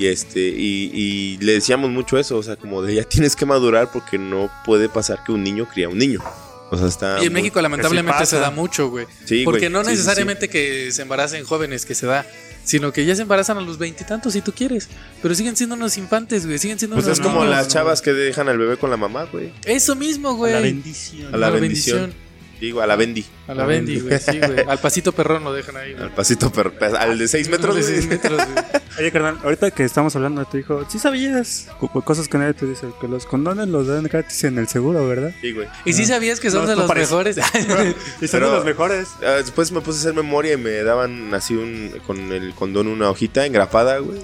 Y le decíamos mucho eso, o sea, como de ya tienes que madurar porque no puede pasar que un niño cría a un niño. O sea, está Y en muy- México lamentablemente pasa. se da mucho, güey. Sí, Porque güey, no sí, sí, sí. necesariamente que se embaracen jóvenes que se da, sino que ya se embarazan a los 20 y tantos si tú quieres. Pero siguen siendo unos infantes, güey. Siguen siendo Pues unos es como niños. las chavas que dejan al bebé con la mamá, güey. Eso mismo, güey. La bendición. A la bendición. Digo, a la bendi. A la Bendy, güey. Sí, güey. Al pasito perrón lo dejan ahí, güey. Al pasito, al de 6 metros. De güey. 6 metros, güey. Oye, carnal, ahorita que estamos hablando de tu hijo, ¿sí sabías cosas que nadie te dice? Que los condones los dan gratis en el seguro, ¿verdad? Sí, güey. Y sí sabías que son No, de no los parece. mejores. Y son Pero- de los mejores. Después me puse a hacer memoria y me daban así con el condón una hojita engrapada, güey.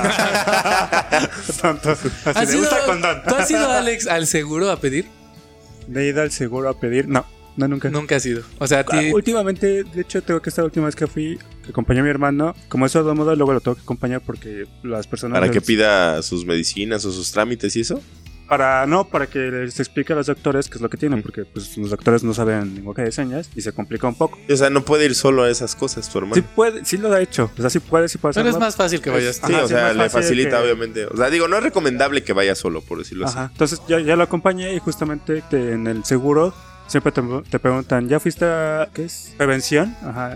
Tanto. Así ¿Has de ido- usa condón. ¿Tú has ido, Alex, al seguro a pedir? ¿De ir al seguro a pedir? No, nunca. Nunca has ido. O sea, a Ah, ti. últimamente, de hecho, tengo que esta última vez que fui, que acompañé a mi hermano, como eso de moda, luego lo tengo que acompañar porque las personas... Para que les- pida sus medicinas o sus trámites y eso. para que les explique a los doctores qué es lo que tienen, porque pues los doctores no saben lenguaje de señas y se complica un poco. O sea, no puede ir solo a esas cosas, tu hermano. Sí puede, sí lo ha hecho, o sea, sí puede Pero es hacerlo. más fácil que vayas. Sí, Ajá, o sí, sea, más le fácil facilita, que- obviamente. O sea, digo, no es recomendable que vaya solo, por decirlo así. Ajá. Entonces ya lo acompañé y justamente en el seguro siempre te preguntan, ¿ya fuiste a qué es? Prevención. Ajá.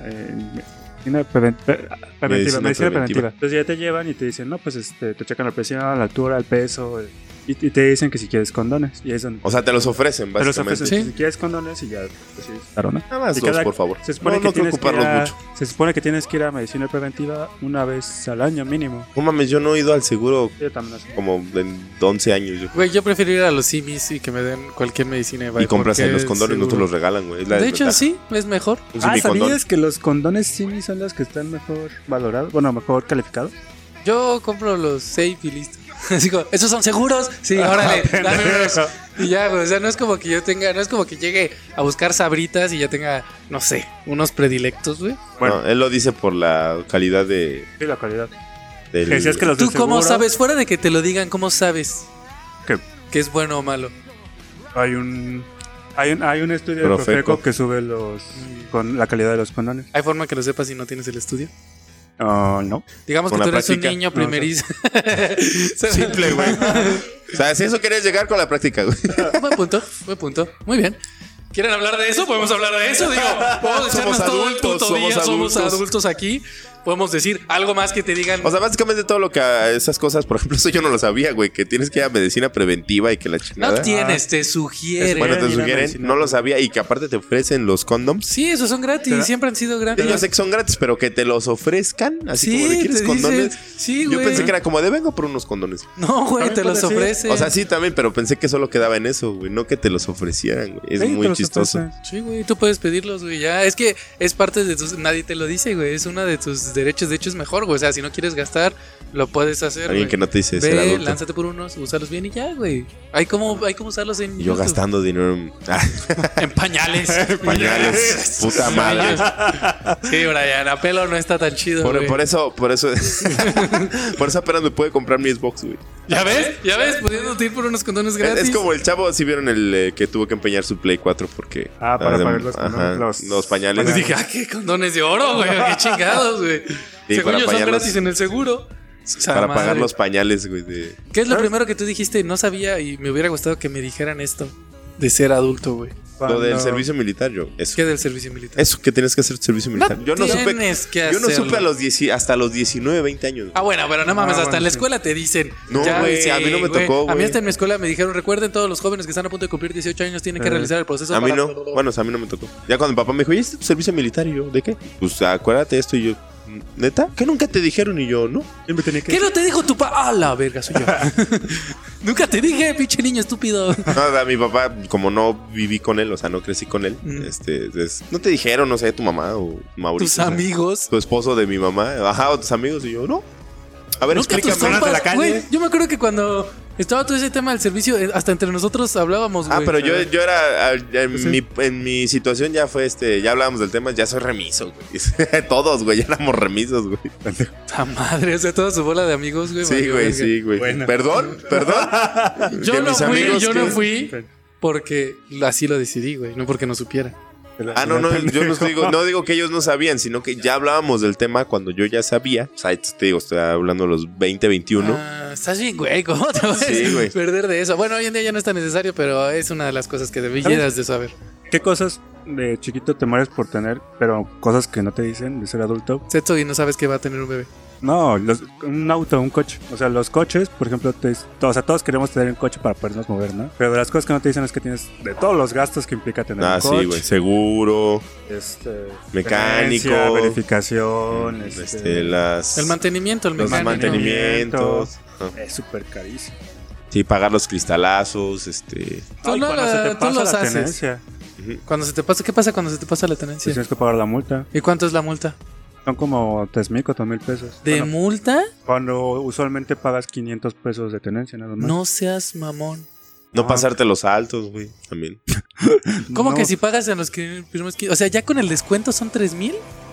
Preventiva, medicina preventiva. Entonces ya te llevan y te dicen, no, pues te checan la presión, la altura, el peso, y te dicen que si quieres condones. Y ahí es donde O sea, te los ofrecen, te los básicamente. ofrecen, Sí. si quieres condones y ya decides dar o no. Nada más Y dos, cada- por favor. Se supone, No, que no creo tienes que ir ocuparlos a, mucho. se supone que tienes que ir a medicina preventiva una vez al año mínimo. No mames, yo no he ido al seguro Yo también así. como de 11 años. Güey, yo prefiero ir a los CIMIS y que me den cualquier medicina. Y compras ahí porque los condones, no te seguro. los regalan, güey. Es la De hecho, desventaja. sí, es mejor. Un Ah, semicondón. ¿sabías que los condones Simi son los que están mejor valorados? Bueno, mejor calificados. Yo compro los safe y listo. Así como, ¿esos son seguros? Sí, órale, dame unos. Y ya, güey, o sea, no es como que yo tenga, no es como que llegue a buscar sabritas y ya tenga, no sé, unos predilectos, güey. Bueno. No, él lo dice por la calidad Sí, la calidad. del... Que decías que los ¿Tú del cómo seguro, sabes? Fuera de que te lo digan, ¿cómo sabes ¿Qué? que es bueno o malo? Hay un estudio de Profeco. Profeco que sube con la calidad de los condones. ¿Hay forma que lo sepas si no tienes el estudio? No. Digamos Con que tú la eres un práctica. niño No, primerizo. Simple, güey. O sea, si eso querías llegar con la práctica, güey. Buen punto, buen punto. Muy bien. ¿Quieren hablar de eso? Podemos hablar de eso. Digo, podemos Somos echarnos todo el adultos, puto somos día, somos adultos. adultos aquí. Podemos decir algo más que te digan. O sea, básicamente todo lo que esas cosas, por ejemplo, eso yo no lo sabía, güey, que tienes que ir a medicina preventiva y que la chingada. no tienes, te sugieren. Bueno, te ir a sugieren, medicina. no lo sabía y que aparte te ofrecen los condoms. Sí, esos son gratis, ¿Será? siempre han sido gratis. Yo sé que son gratis, pero que te los ofrezcan, así Sí, como de quieres te condones. dicen, sí, Yo güey. pensé que era como de vengo por unos condones. No, güey, También te los puede ser. ofrecen. O sea, sí también, pero pensé que solo quedaba en eso, güey, no que te los ofrecieran, güey. Es Sí, te muy los chistoso. ofrecen. Sí, güey, tú puedes pedirlos, güey, ya. Es que es parte de tus... Nadie te lo dice, güey. Es una de tus derechos. De hecho, es mejor, güey. O sea, si no quieres gastar, lo puedes hacer. Alguien güey. que no te dice ser Ve, adulto. lánzate por unos, úsalos bien y ya, güey. Hay como usarlos en Yo YouTube. gastando dinero En pañales. pañales. Puta madre. Sí, Brian, a pelo no está tan chido, güey. Por eso por eso apenas me puede comprar mi Xbox, güey. ¿Ya ves? Pudiéndote ir por unos condones gratis. Es como el chavo, si vieron el que tuvo que empeñar su Play 4 porque... Para pagar los ajá, condones, los pañales. Cuando dije, qué condones de oro, güey. Qué chingados, güey. Sí, Según para yo son pañar gratis los- en el seguro. Para pagar los pañales, güey. ¿Qué es lo primero que tú dijiste? No sabía y me hubiera gustado que me dijeran esto de ser adulto, güey. Lo del servicio militar, eso. ¿Qué del servicio militar? Eso, que tienes que hacer servicio militar. Yo no supe hacerlo. hasta los 19, 20 años. Ah, bueno, pero no mames, Ah, hasta bueno, en la sí. escuela te dicen. No, ya, güey, sí, a mí no me tocó, A mí güey. hasta en mi escuela me dijeron, recuerden todos los jóvenes que están a punto de cumplir 18 años tienen que realizar el proceso. A mí para- no. Bueno, a mí no me tocó. Ya cuando mi papá me dijo, ¿y este es tu servicio militar? Y yo, ¿de qué? Pues acuérdate esto. Y yo, ¿neta? ¿Qué nunca te dijeron? Y yo, no. Siempre tenía que... ¿Qué no te dijo tu papá? ¡Ah, la verga, soy yo! Nunca te dije, pinche niño estúpido. No, a mi papá, como no viví con él, o sea, no crecí con él, no te dijeron, no sé, tu mamá o Mauricio. Tus o sea, amigos. tu esposo de mi mamá, ajá, o tus amigos. Y yo, no. A ver, Nunca tus explícame. compas. compas, la calle. güey. Yo me acuerdo que cuando estaba todo ese tema del servicio, hasta entre nosotros hablábamos, güey. Ah, pero yo era en mi situación ya fue ya hablábamos del tema, ya soy remiso, güey. Todos, güey, ya éramos remisos, güey. ¡Ta madre! O sea, toda su bola de amigos, güey. Sí, valió güey, verga. sí, güey. Bueno. Perdón. Yo Que no mis fui, amigos yo no que- fui porque así lo decidí, güey. No porque no supiera. Ah, no, yo no digo que ellos no sabían, sino que ya hablábamos del tema cuando yo ya sabía. O sea, te digo, estoy hablando de los 20, 21. Ah, estás bien, güey. ¿Cómo te vas a Sí, güey. perder de eso? Bueno, hoy en día ya no es tan necesario, pero es una de las cosas que debieras de saber. ¿Qué cosas de chiquito te mueres por tener, pero cosas que no te dicen de ser adulto? Sexo y no sabes que va a tener un bebé. No, un auto, un coche. O sea, los coches, por ejemplo, todos queremos tener un coche para podernos mover, ¿no? Pero de las cosas que no te dicen es que tienes de todos los gastos que implica tener un coche. Sí, güey. Seguro, mecánico, tenencia, verificación, El mantenimiento, el los mecánico. mantenimientos. Ajá. es súper carísimo. Sí, pagar los cristalazos, Tú Ay, no cuando se te tú pasa los la haces. tenencia, Cuando se te pasa, ¿qué pasa cuando se te pasa la tenencia? pues tienes que pagar la multa. ¿Y cuánto es la multa? Son como 3,000, 4,000 pesos. ¿De Bueno, multa? cuando usualmente pagas 500 pesos de tenencia, nada más. No seas mamón. No pasarte los altos, güey, también. ¿Cómo No. que si pagas en los primeros 15? O sea, ya con el descuento son 3,000.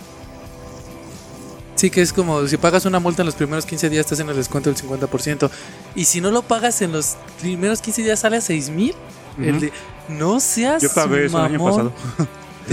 Sí, que es como si pagas una multa en los primeros 15 días, estás en el descuento del 50%. Y si no lo pagas en los primeros 15 días, sale a 6,000. Ujú. No seas Yo pagué eso el año mamón. pasado.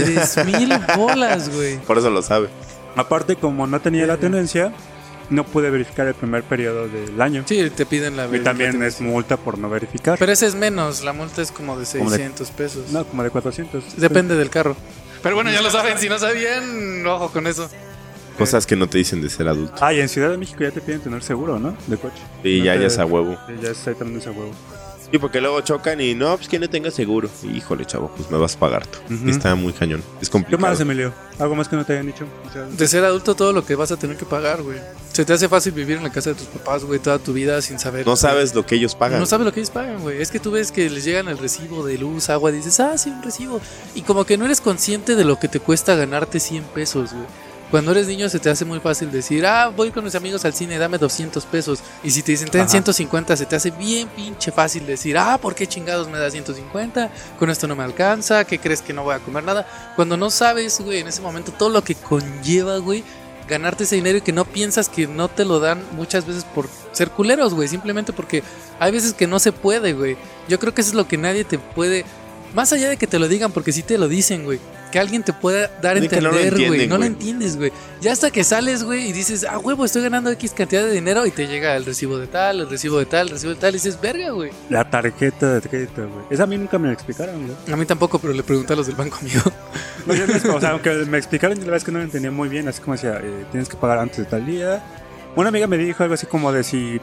3,000 bolas, güey. Por eso lo sabe. Aparte, como no tenía la tenencia, no pude verificar el primer periodo del año. Sí, te piden la Y también es multa por no verificar. Pero ese es menos, la multa es como de Como de- 600 pesos. No, como de 400. Depende del carro. Pero bueno, ya lo saben, si no sabían, ojo con eso. Cosas que no te dicen de ser adulto. Ah, y en Ciudad de México ya te piden tener seguro, ¿no? De coche. Y No ya te- es a huevo. Sí, ya está también ese huevo. Y porque luego chocan y no, pues que no tenga seguro. Híjole, chavo, pues me vas a pagar tú. Ujú. Y está muy cañón. Es ¿Qué complicado. más, Emilio? ¿Algo más que no te hayan dicho? O sea, De ser adulto, todo lo que vas a tener que pagar, güey. Se te hace fácil vivir en la casa de tus papás, güey, toda tu vida sin saber. No sabes lo que ellos pagan. No sabes lo que ellos pagan, güey. Es que tú ves que les llegan el recibo de luz, agua, y dices, ah, sí, un recibo. Y como que no eres consciente de lo que te cuesta ganarte 100 pesos, güey. Cuando eres niño se te hace muy fácil decir, ah, voy con mis amigos al cine, dame 200 pesos. Y si te dicen, ten Ajá. 150, se te hace bien pinche fácil decir, ah, ¿por qué chingados me da 150? Con esto no me alcanza, ¿qué crees que no voy a comer nada? Cuando no sabes, güey, en ese momento todo lo que conlleva, güey, ganarte ese dinero y que no piensas que no te lo dan muchas veces por ser culeros, güey. Simplemente porque hay veces que no se puede, güey. Yo creo que eso es lo que nadie te puede... Más allá de que te lo digan, porque sí te lo dicen, güey. Que alguien te pueda dar a Ni que no lo entender, güey. entienden, No lo güey. entiendes, güey. Ya hasta que sales, güey, y dices, ah, huevo, estoy ganando X cantidad de dinero. Y te llega el recibo de tal, el recibo de tal, el recibo de tal. Y dices, verga, güey. la tarjeta de crédito, güey. Esa a mí nunca me la explicaron, güey. A mí tampoco, pero le pregunté a los del banco, amigo. No, o sea, aunque me explicaron, yo la verdad es que no lo entendía muy bien. Así como decía, tienes que pagar antes de tal día. Una amiga me dijo algo así como de si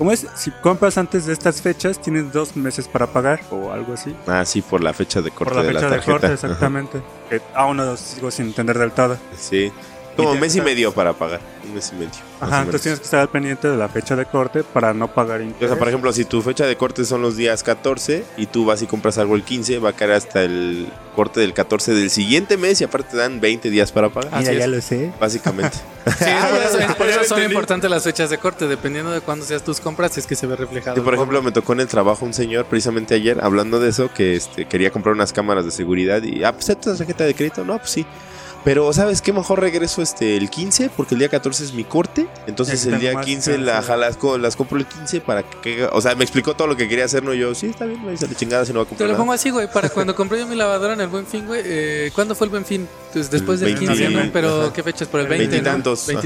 compras antes de estas fechas, tienes 2 meses para pagar o algo así. Ah, sí, por la fecha de corte Por la de la fecha de tarjeta. corte, exactamente. Que aún no lo sigo sin entender del todo. Ajá. Sí. Como mes y medio para pagar. Un mes y medio. Ajá, entonces tienes que estar al pendiente de la fecha de corte para no pagar interés. O sea, por ejemplo, si tu fecha de corte son los días 14 y tú vas y compras algo el 15, va a caer hasta el corte del 14 del siguiente mes y aparte te dan 20 días para pagar. Mira, ya lo sé. Básicamente. Sí, por eso son importantes las fechas de corte, dependiendo de cuándo seas tus compras, es que se ve reflejado. Y por ejemplo, me tocó en el trabajo un señor precisamente ayer hablando de eso, que quería comprar unas cámaras de seguridad y, pues, ¿aceptas tarjeta de crédito? No, pues sí. Pero, ¿sabes qué? Mejor regreso el 15 porque el día 14 es mi corte. Entonces el día 15 las compro el 15 para que... O sea, me explicó todo lo que quería hacer, ¿no? Yo, sí, está bien, me dice la chingada si no va a comprar Te lo nada. pongo así, güey, para cuando compré yo mi lavadora en el Buen Fin, güey. ¿Cuándo fue el Buen Fin? Pues después del 15, ¿no? Pero, ajá. ¿qué fecha es? Por el 20, Veintitantos, ¿no? ajá.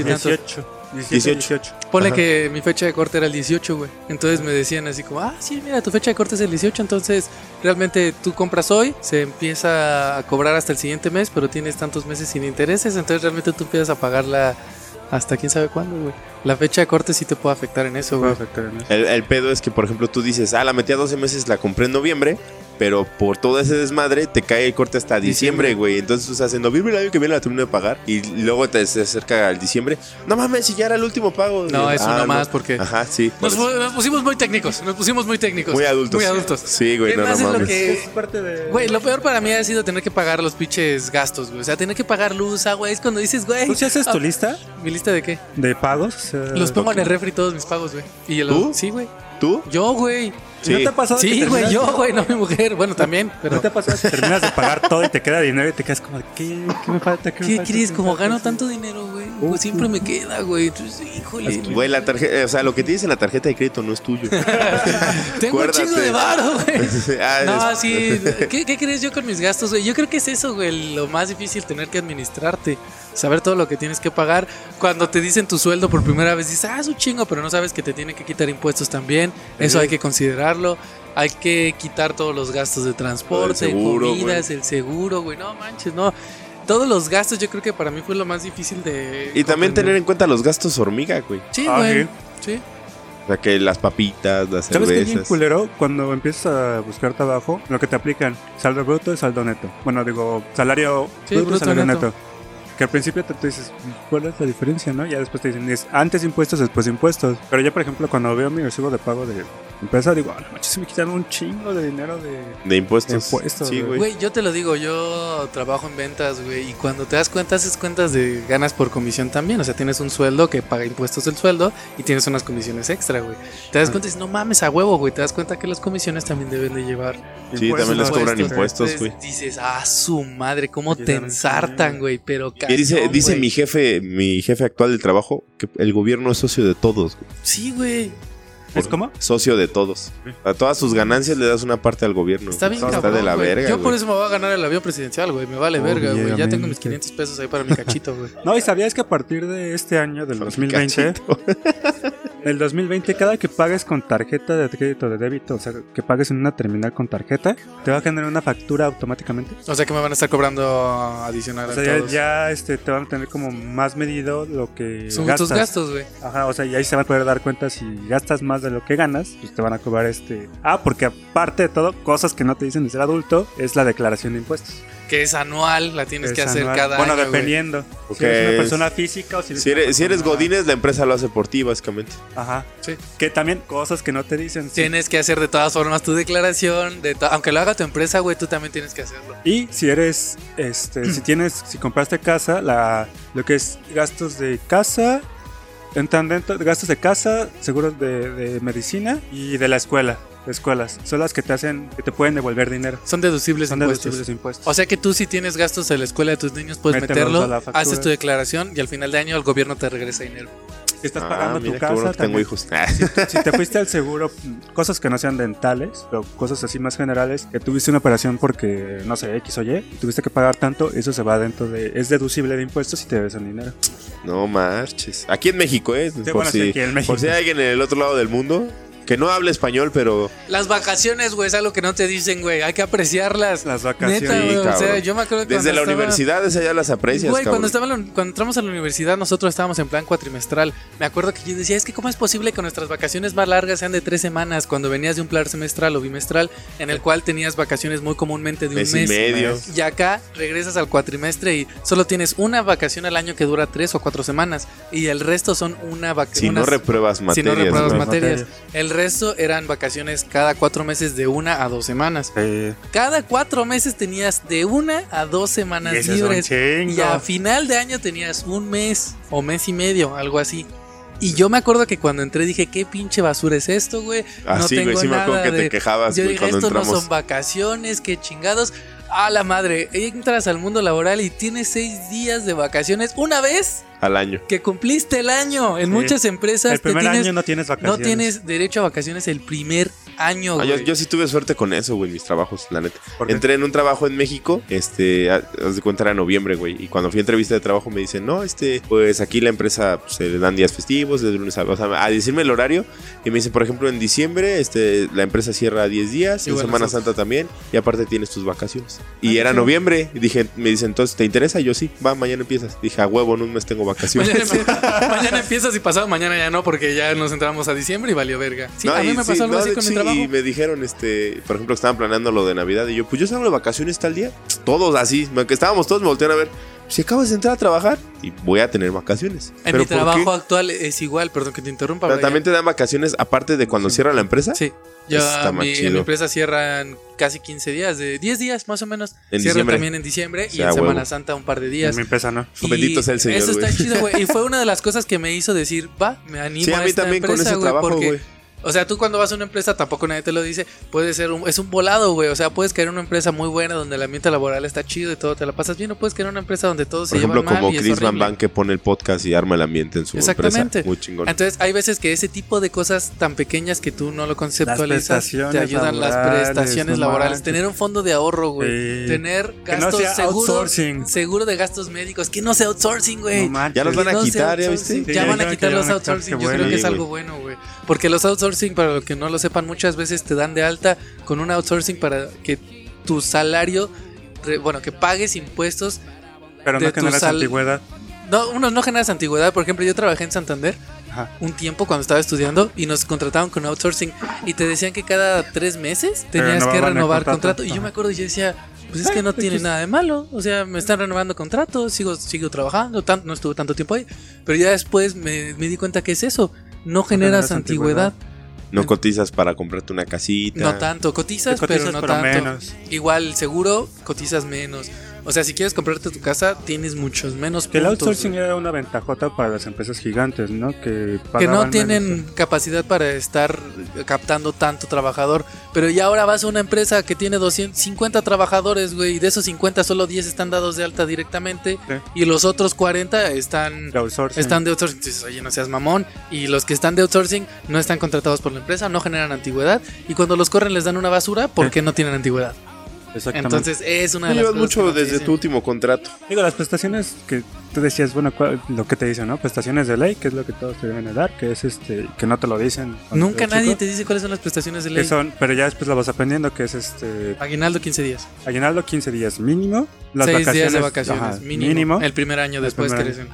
18. Ponle Ajá. que mi fecha de corte era el 18, güey. Entonces me decían así como, sí, mira, tu fecha de corte es el 18. Entonces, realmente tú compras hoy, se empieza a cobrar hasta el siguiente mes, pero tienes tantos meses sin intereses. Entonces, realmente tú empiezas a pagarla hasta quién sabe cuándo, güey. La fecha de corte sí te puede afectar en eso, güey. El pedo es que, por ejemplo, tú dices, la metí a 12 meses, la compré en noviembre, pero por todo ese desmadre te cae el corte hasta diciembre, güey. Entonces, o sea, en noviembre el año que viene la termino de pagar y luego te se acerca al diciembre. No mames, si ya era el último pago. No, es uno más porque... Ajá, sí. Nos pusimos muy técnicos, Muy adultos. Sí, güey, no Más es lo mames. que... Es parte de... Güey, lo peor para mí ha sido tener que pagar los pinches gastos, güey. O sea, tener que pagar luz, agua. Es cuando dices, güey... ¿Tú sí haces tu lista ¿Mi lista de qué? de pagos? O sea, Los pongo en el refri todos mis pagos, güey. ¿Tú? Sí, güey. ¿Tú? Yo, güey. Sí. ¿No te ha pasado que Sí, güey, terminas- yo, güey, no mi mujer. Bueno, también, pero... ¿No te ha pasado que terminas de pagar todo y te queda dinero y te quedas como, ¿qué me falta? ¿Qué me ¿Qué falta? crees? ¿Qué me Como falta? gano tanto dinero, güey. Pues siempre me queda, güey. Entonces, híjole. Güey, la tarjeta, o sea, lo que tienes en la tarjeta de crédito no es tuyo. Tengo un chingo de varo, güey. No, es- sí. ¿Qué crees yo con mis gastos, güey? Yo creo que es eso, güey. Lo más difícil, tener que administrarte. Saber todo lo que tienes que pagar. Cuando te dicen tu sueldo por primera vez, dices, es un chingo, pero no sabes que te tienen que quitar impuestos también. Eso hay que considerarlo. Hay que quitar todos los gastos de transporte, El seguro, comidas, el seguro, güey. No manches, no. Todos los gastos, yo creo que para mí fue lo más difícil de... Y también tener en cuenta los gastos hormiga, güey. Sí, Ah, güey. Sí. O sea, que las papitas, las ¿Sabes qué es bien cervezas. culero? Cuando empiezas a buscar trabajo, lo que te aplican, saldo bruto y saldo neto. Bueno, digo, salario Sí, bruto y bruto, salario neto. neto. Que al principio te dices, ¿cuál es la diferencia, no? Ya después te dicen, es antes impuestos, después impuestos. Pero yo, por ejemplo, cuando veo mi recibo de pago de empresa, digo, no manches, se me quitan un chingo de dinero De impuestos. güey. Sí, güey. Güey, yo te lo digo, yo trabajo en ventas, güey, y cuando te das cuenta, haces cuentas de ganas por comisión también. O sea, tienes un sueldo que paga impuestos del sueldo y tienes unas comisiones extra, güey. Te das cuenta y dices, no mames, a huevo, güey. Te das cuenta que las comisiones también deben de llevar Sí, Impuestos, también les cobran impuestos. impuestos, güey. Entonces dices, su madre, cómo Oye, te también, ensartan, sí. güey, pero Y dice cañón, mi güey. jefe actual del trabajo que el gobierno es socio de todos, güey. Sí, güey. ¿Es cómo? Socio de todos. A todas tus ganancias le das una parte al gobierno. Está bien, Está cabrón, de la güey. verga, Yo por güey. eso me voy a ganar el avión presidencial, güey. Me vale verga, güey. Ya Obviamente. tengo mis 500 pesos ahí para mi cachito, güey. No, y sabías que a partir de este año, del 2020, Cachito. el 2020, cada que pagues con tarjeta de crédito o de débito, o sea, que pagues en una terminal con tarjeta, te va a generar una factura automáticamente. O sea que me van a estar cobrando adicional O a sea, todos. ya te van a tener como más medido lo que Son gastas. tus gastos, güey. Ajá, o sea, y ahí se van a poder dar cuenta si gastas más de lo que ganas, pues te van a cobrar porque aparte de todo, cosas que no te dicen de ser adulto, es la declaración de impuestos. Que es anual, la tienes que Es hacer anual. cada Bueno, año, güey. dependiendo. Ok. Si eres una persona física o si eres Si una eres persona- Godínez, la empresa lo hace por ti, básicamente. Ajá. Sí. Que también cosas que no te dicen. sí. Tienes que hacer de todas formas tu declaración, aunque lo haga tu empresa, güey, tú también tienes que hacerlo. Y si eres, si compraste casa, lo que es gastos de casa, entran dentro de gastos de casa, seguros de medicina y de la escuela. De escuelas. Son las que te pueden devolver dinero. Son deducibles Son impuestos. deducibles impuestos. O sea que tú si tienes gastos en la escuela de tus niños puedes Mételos meterlo, a la factura. haces tu declaración y al final de año el gobierno te regresa dinero. Si estás pagando tu mira, qué casa, bueno que tengo también, hijos. si te fuiste al seguro, cosas que no sean dentales, pero cosas así más generales, que tuviste una operación porque, no sé, X o Y, y tuviste que pagar tanto, eso se va dentro es deducible de impuestos y te debes el dinero. No marches. Aquí en México, bueno, sí, aquí en México. Por si hay alguien en el otro lado del mundo, que no habla español, pero... Las vacaciones, güey, es algo que no te dicen, güey. Hay que apreciarlas. Las vacaciones. Neta, güey, Sí, o sea, cabrón. yo me acuerdo que Desde la universidad esa ya las aprecias, güey, cabrón. cuando entramos a la universidad, nosotros estábamos en plan cuatrimestral. Me acuerdo que yo decía, es que ¿cómo es posible que nuestras vacaciones más largas sean de 3 semanas cuando venías de un plan semestral o bimestral en el cual tenías vacaciones muy comúnmente de un Mes mes? y medio. Y acá regresas al cuatrimestre y solo tienes una vacación al año que dura 3 o 4 semanas. Y el resto son una vacación. Si no repruebas materias. Si no repruebas güey. materias. El resto eran vacaciones cada 4 meses de 1 a 2 semanas. Sí. Cada 4 meses tenías de 1 a 2 semanas Y ese es libres. un chingo. Y a final de año tenías un mes o mes y medio, algo así. Y yo me acuerdo que cuando entré dije, ¿qué pinche basura es esto, güey? Así, no tengo güey, sí me acuerdo nada que te quejabas, Yo güey, dije, cuando esto no entramos. son vacaciones, qué chingados. A la madre, entras al mundo laboral y tienes 6 días de vacaciones una vez Al año. que cumpliste el año. En Sí. muchas empresas El primer año no tienes vacaciones. no tienes derecho a vacaciones el primer año, Ah, güey. yo sí tuve suerte con eso, güey, mis trabajos, la neta. ¿Por qué? Entré en un trabajo en México, haz de cuenta era noviembre, güey, y cuando fui a entrevista de trabajo me dicen, no, pues aquí la empresa pues, se le dan días festivos, de lunes o sea, a decirme el horario, y me dicen, por ejemplo, en diciembre, la empresa cierra 10 días, en Igual Semana nosotros. Santa también, y aparte tienes tus vacaciones. Y era noviembre, y me dicen, entonces, ¿te interesa? Y yo, sí, va, mañana empiezas. Dije, a huevo, en un mes tengo vacaciones. Mañana empiezas y pasado mañana ya no, porque ya nos entramos a diciembre y valió verga. Sí, No, a mí y me sí, pasó algo no, así de con hecho, mi trabajo. Y me dijeron, por ejemplo, que estaban planeando lo de Navidad. Y yo, pues yo salgo de vacaciones tal día. Todos así, que estábamos todos, me voltearon a ver. Si acabas de entrar a trabajar y voy a tener vacaciones. En ¿Pero mi por trabajo qué? actual es igual, perdón que te interrumpa. Pero Brian. también te dan vacaciones aparte de cuando cierra la empresa. Sí, Eso está más en chido. mi empresa cierran casi 15 días, de 10 días más o menos. En Cierran diciembre. también en diciembre O y sea, en Semana huevo. Santa un par de En días. mi empresa no. Y Bendito sea el Señor, Eso está güey. chido, güey. Y fue una de las cosas que me hizo decir, va, me animo Sí, a mí esta también con empresa, ese güey, trabajo, porque, güey. o sea, tú cuando vas a una empresa, tampoco nadie te lo dice, puede ser es un volado, güey. O sea, puedes caer en una empresa muy buena donde el ambiente laboral está chido y todo te la pasas bien, o puedes caer en una empresa donde todos Por se ejemplo, llevan mal como y es Chris Van horrible. Van que pone el podcast y arma el ambiente en su Exactamente. empresa. Muy chingón. Entonces, hay veces que ese tipo de cosas tan pequeñas que tú no lo conceptualizas prestaciones te ayudan las laborales, prestaciones no laborales. manches. Tener un fondo de ahorro, güey. Sí. Tener Que no gastos sea outsourcing. seguro de gastos médicos. Que no sea outsourcing, güey. No manches. Ya los van a Que no sea quitar, ¿ya outsourcing. viste? Ya Sí, van a ya quitar que los ya van a quitar, outsourcing. qué Yo creo bueno. que es Sí, algo bueno, güey. Porque los outsourcing, para los que no lo sepan, muchas veces te dan de alta con un outsourcing para que tu salario, que pagues impuestos. Pero no de tu generas antigüedad. No, unos no generas antigüedad. Por ejemplo, yo trabajé en Santander Ajá. un tiempo cuando estaba estudiando y nos contrataban con outsourcing y te decían que cada 3 meses tenías que Renovaban el renovar contrato. contrato. Y yo Ajá. me acuerdo y yo decía, pues es que no tiene nada de malo. O sea, me están renovando contrato, sigo trabajando, no estuve tanto tiempo ahí. Pero ya después me di cuenta que es eso. No generas generas antigüedad. No cotizas para comprarte una casita. No tanto, cotizas, Te cotizas, pero no pero tanto. menos. Igual, seguro, cotizas menos. O sea, si quieres comprarte tu casa, tienes muchos menos Que el puntos. outsourcing era una ventajota para las empresas gigantes, ¿no? Que Que no pagaban tienen menos. capacidad para estar captando tanto trabajador. Pero ya ahora vas a una empresa que tiene 250 trabajadores, güey, y de esos 50 solo 10 están dados de alta directamente. Sí. Y los otros 40 están De outsourcing. de outsourcing. Dices, oye, no seas mamón. Y los que están de outsourcing no están contratados por la empresa, no generan antigüedad. Y cuando los corren les dan una basura porque no tienen antigüedad. Exactamente. Entonces es una No de las llevas cosas mucho que no te desde dicen. tu último contrato. Digo, las prestaciones que tú decías, bueno, lo que te dicen, ¿no? Prestaciones de ley, que es lo que todos te deben de dar, que es que no te lo dicen. cuando Nunca eres nadie chico, te dice cuáles son las prestaciones de que ley. son, pero ya después lo vas aprendiendo, que es Aguinaldo 15 días. aguinaldo 15 días mínimo, las 6 vacaciones, días de vacaciones. ajá, Mínimo. El primer año El después primer crecen.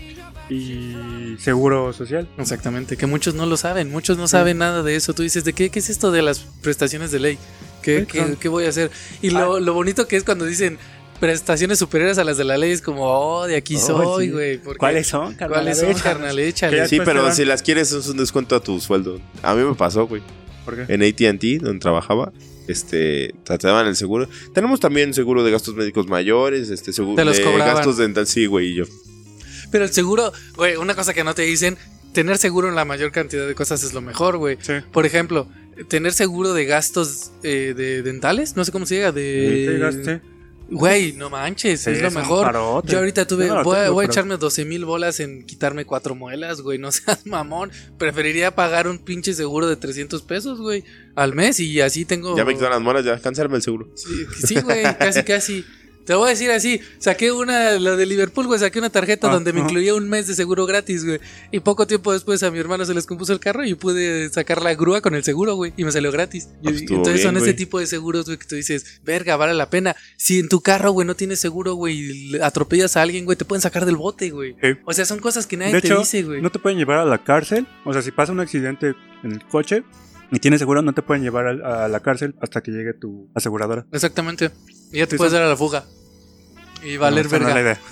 y seguro social. Exactamente, que muchos no lo saben, muchos no saben nada de eso. Tú dices, ¿de qué es esto de las prestaciones de ley? Sí, ¿Qué voy a hacer? Y lo bonito que es cuando dicen prestaciones superiores a las de la ley, es como, oh, de aquí soy, sí. güey. porque- ¿Cuáles son, carnal? ¿Cuáles A son, ver, carnal? Que Échale. ya- Sí, después te pero dan- si las quieres es un descuento a tu sueldo. A mí me pasó, güey. ¿Por qué? En AT&T, donde trabajaba, te daban el seguro. Tenemos también seguro de gastos médicos mayores, seguro Te los de cobraban. gastos dental, sí, güey, y yo. Pero el seguro, güey, una cosa que no te dicen, tener seguro en la mayor cantidad de cosas es lo mejor, güey. Sí. Por ejemplo, tener seguro de gastos de dentales, no sé cómo se diga, ¿Te gasté? Güey, no manches, Sí, es lo es un mejor. parote. Yo ahorita Yo no lo voy a tengo, pero- echarme 12,000 bolas en quitarme 4 muelas, güey, no seas mamón. Preferiría pagar un pinche seguro de 300 pesos, güey, al mes y así tengo... Ya me quitaron las moras, ya, cancélame el seguro. Sí, güey, casi. Te voy a decir así, saqué lo de Liverpool, güey, saqué una tarjeta donde me ajá. incluía un mes de seguro gratis, güey. Y poco tiempo después a mi hermano se les compuso el carro y pude sacar la grúa con el seguro, güey. Y me salió gratis. Entonces bien, son güey. ese tipo de seguros, güey, que tú dices, verga, vale la pena. Si en tu carro, güey, no tienes seguro, güey, y atropellas a alguien, güey, te pueden sacar del bote, güey. Sí. O sea, son cosas que nadie De hecho, te dice, güey. no te pueden llevar a la cárcel. O sea, si pasa un accidente en el coche y tienes seguro, no te pueden llevar a la cárcel hasta que llegue tu aseguradora. Exactamente. Y ya te Sí, puedes son- dar a la fuga. Y valer No, esa no es la verga.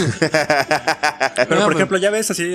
idea. Pero, No, por pues. ejemplo, ya ves así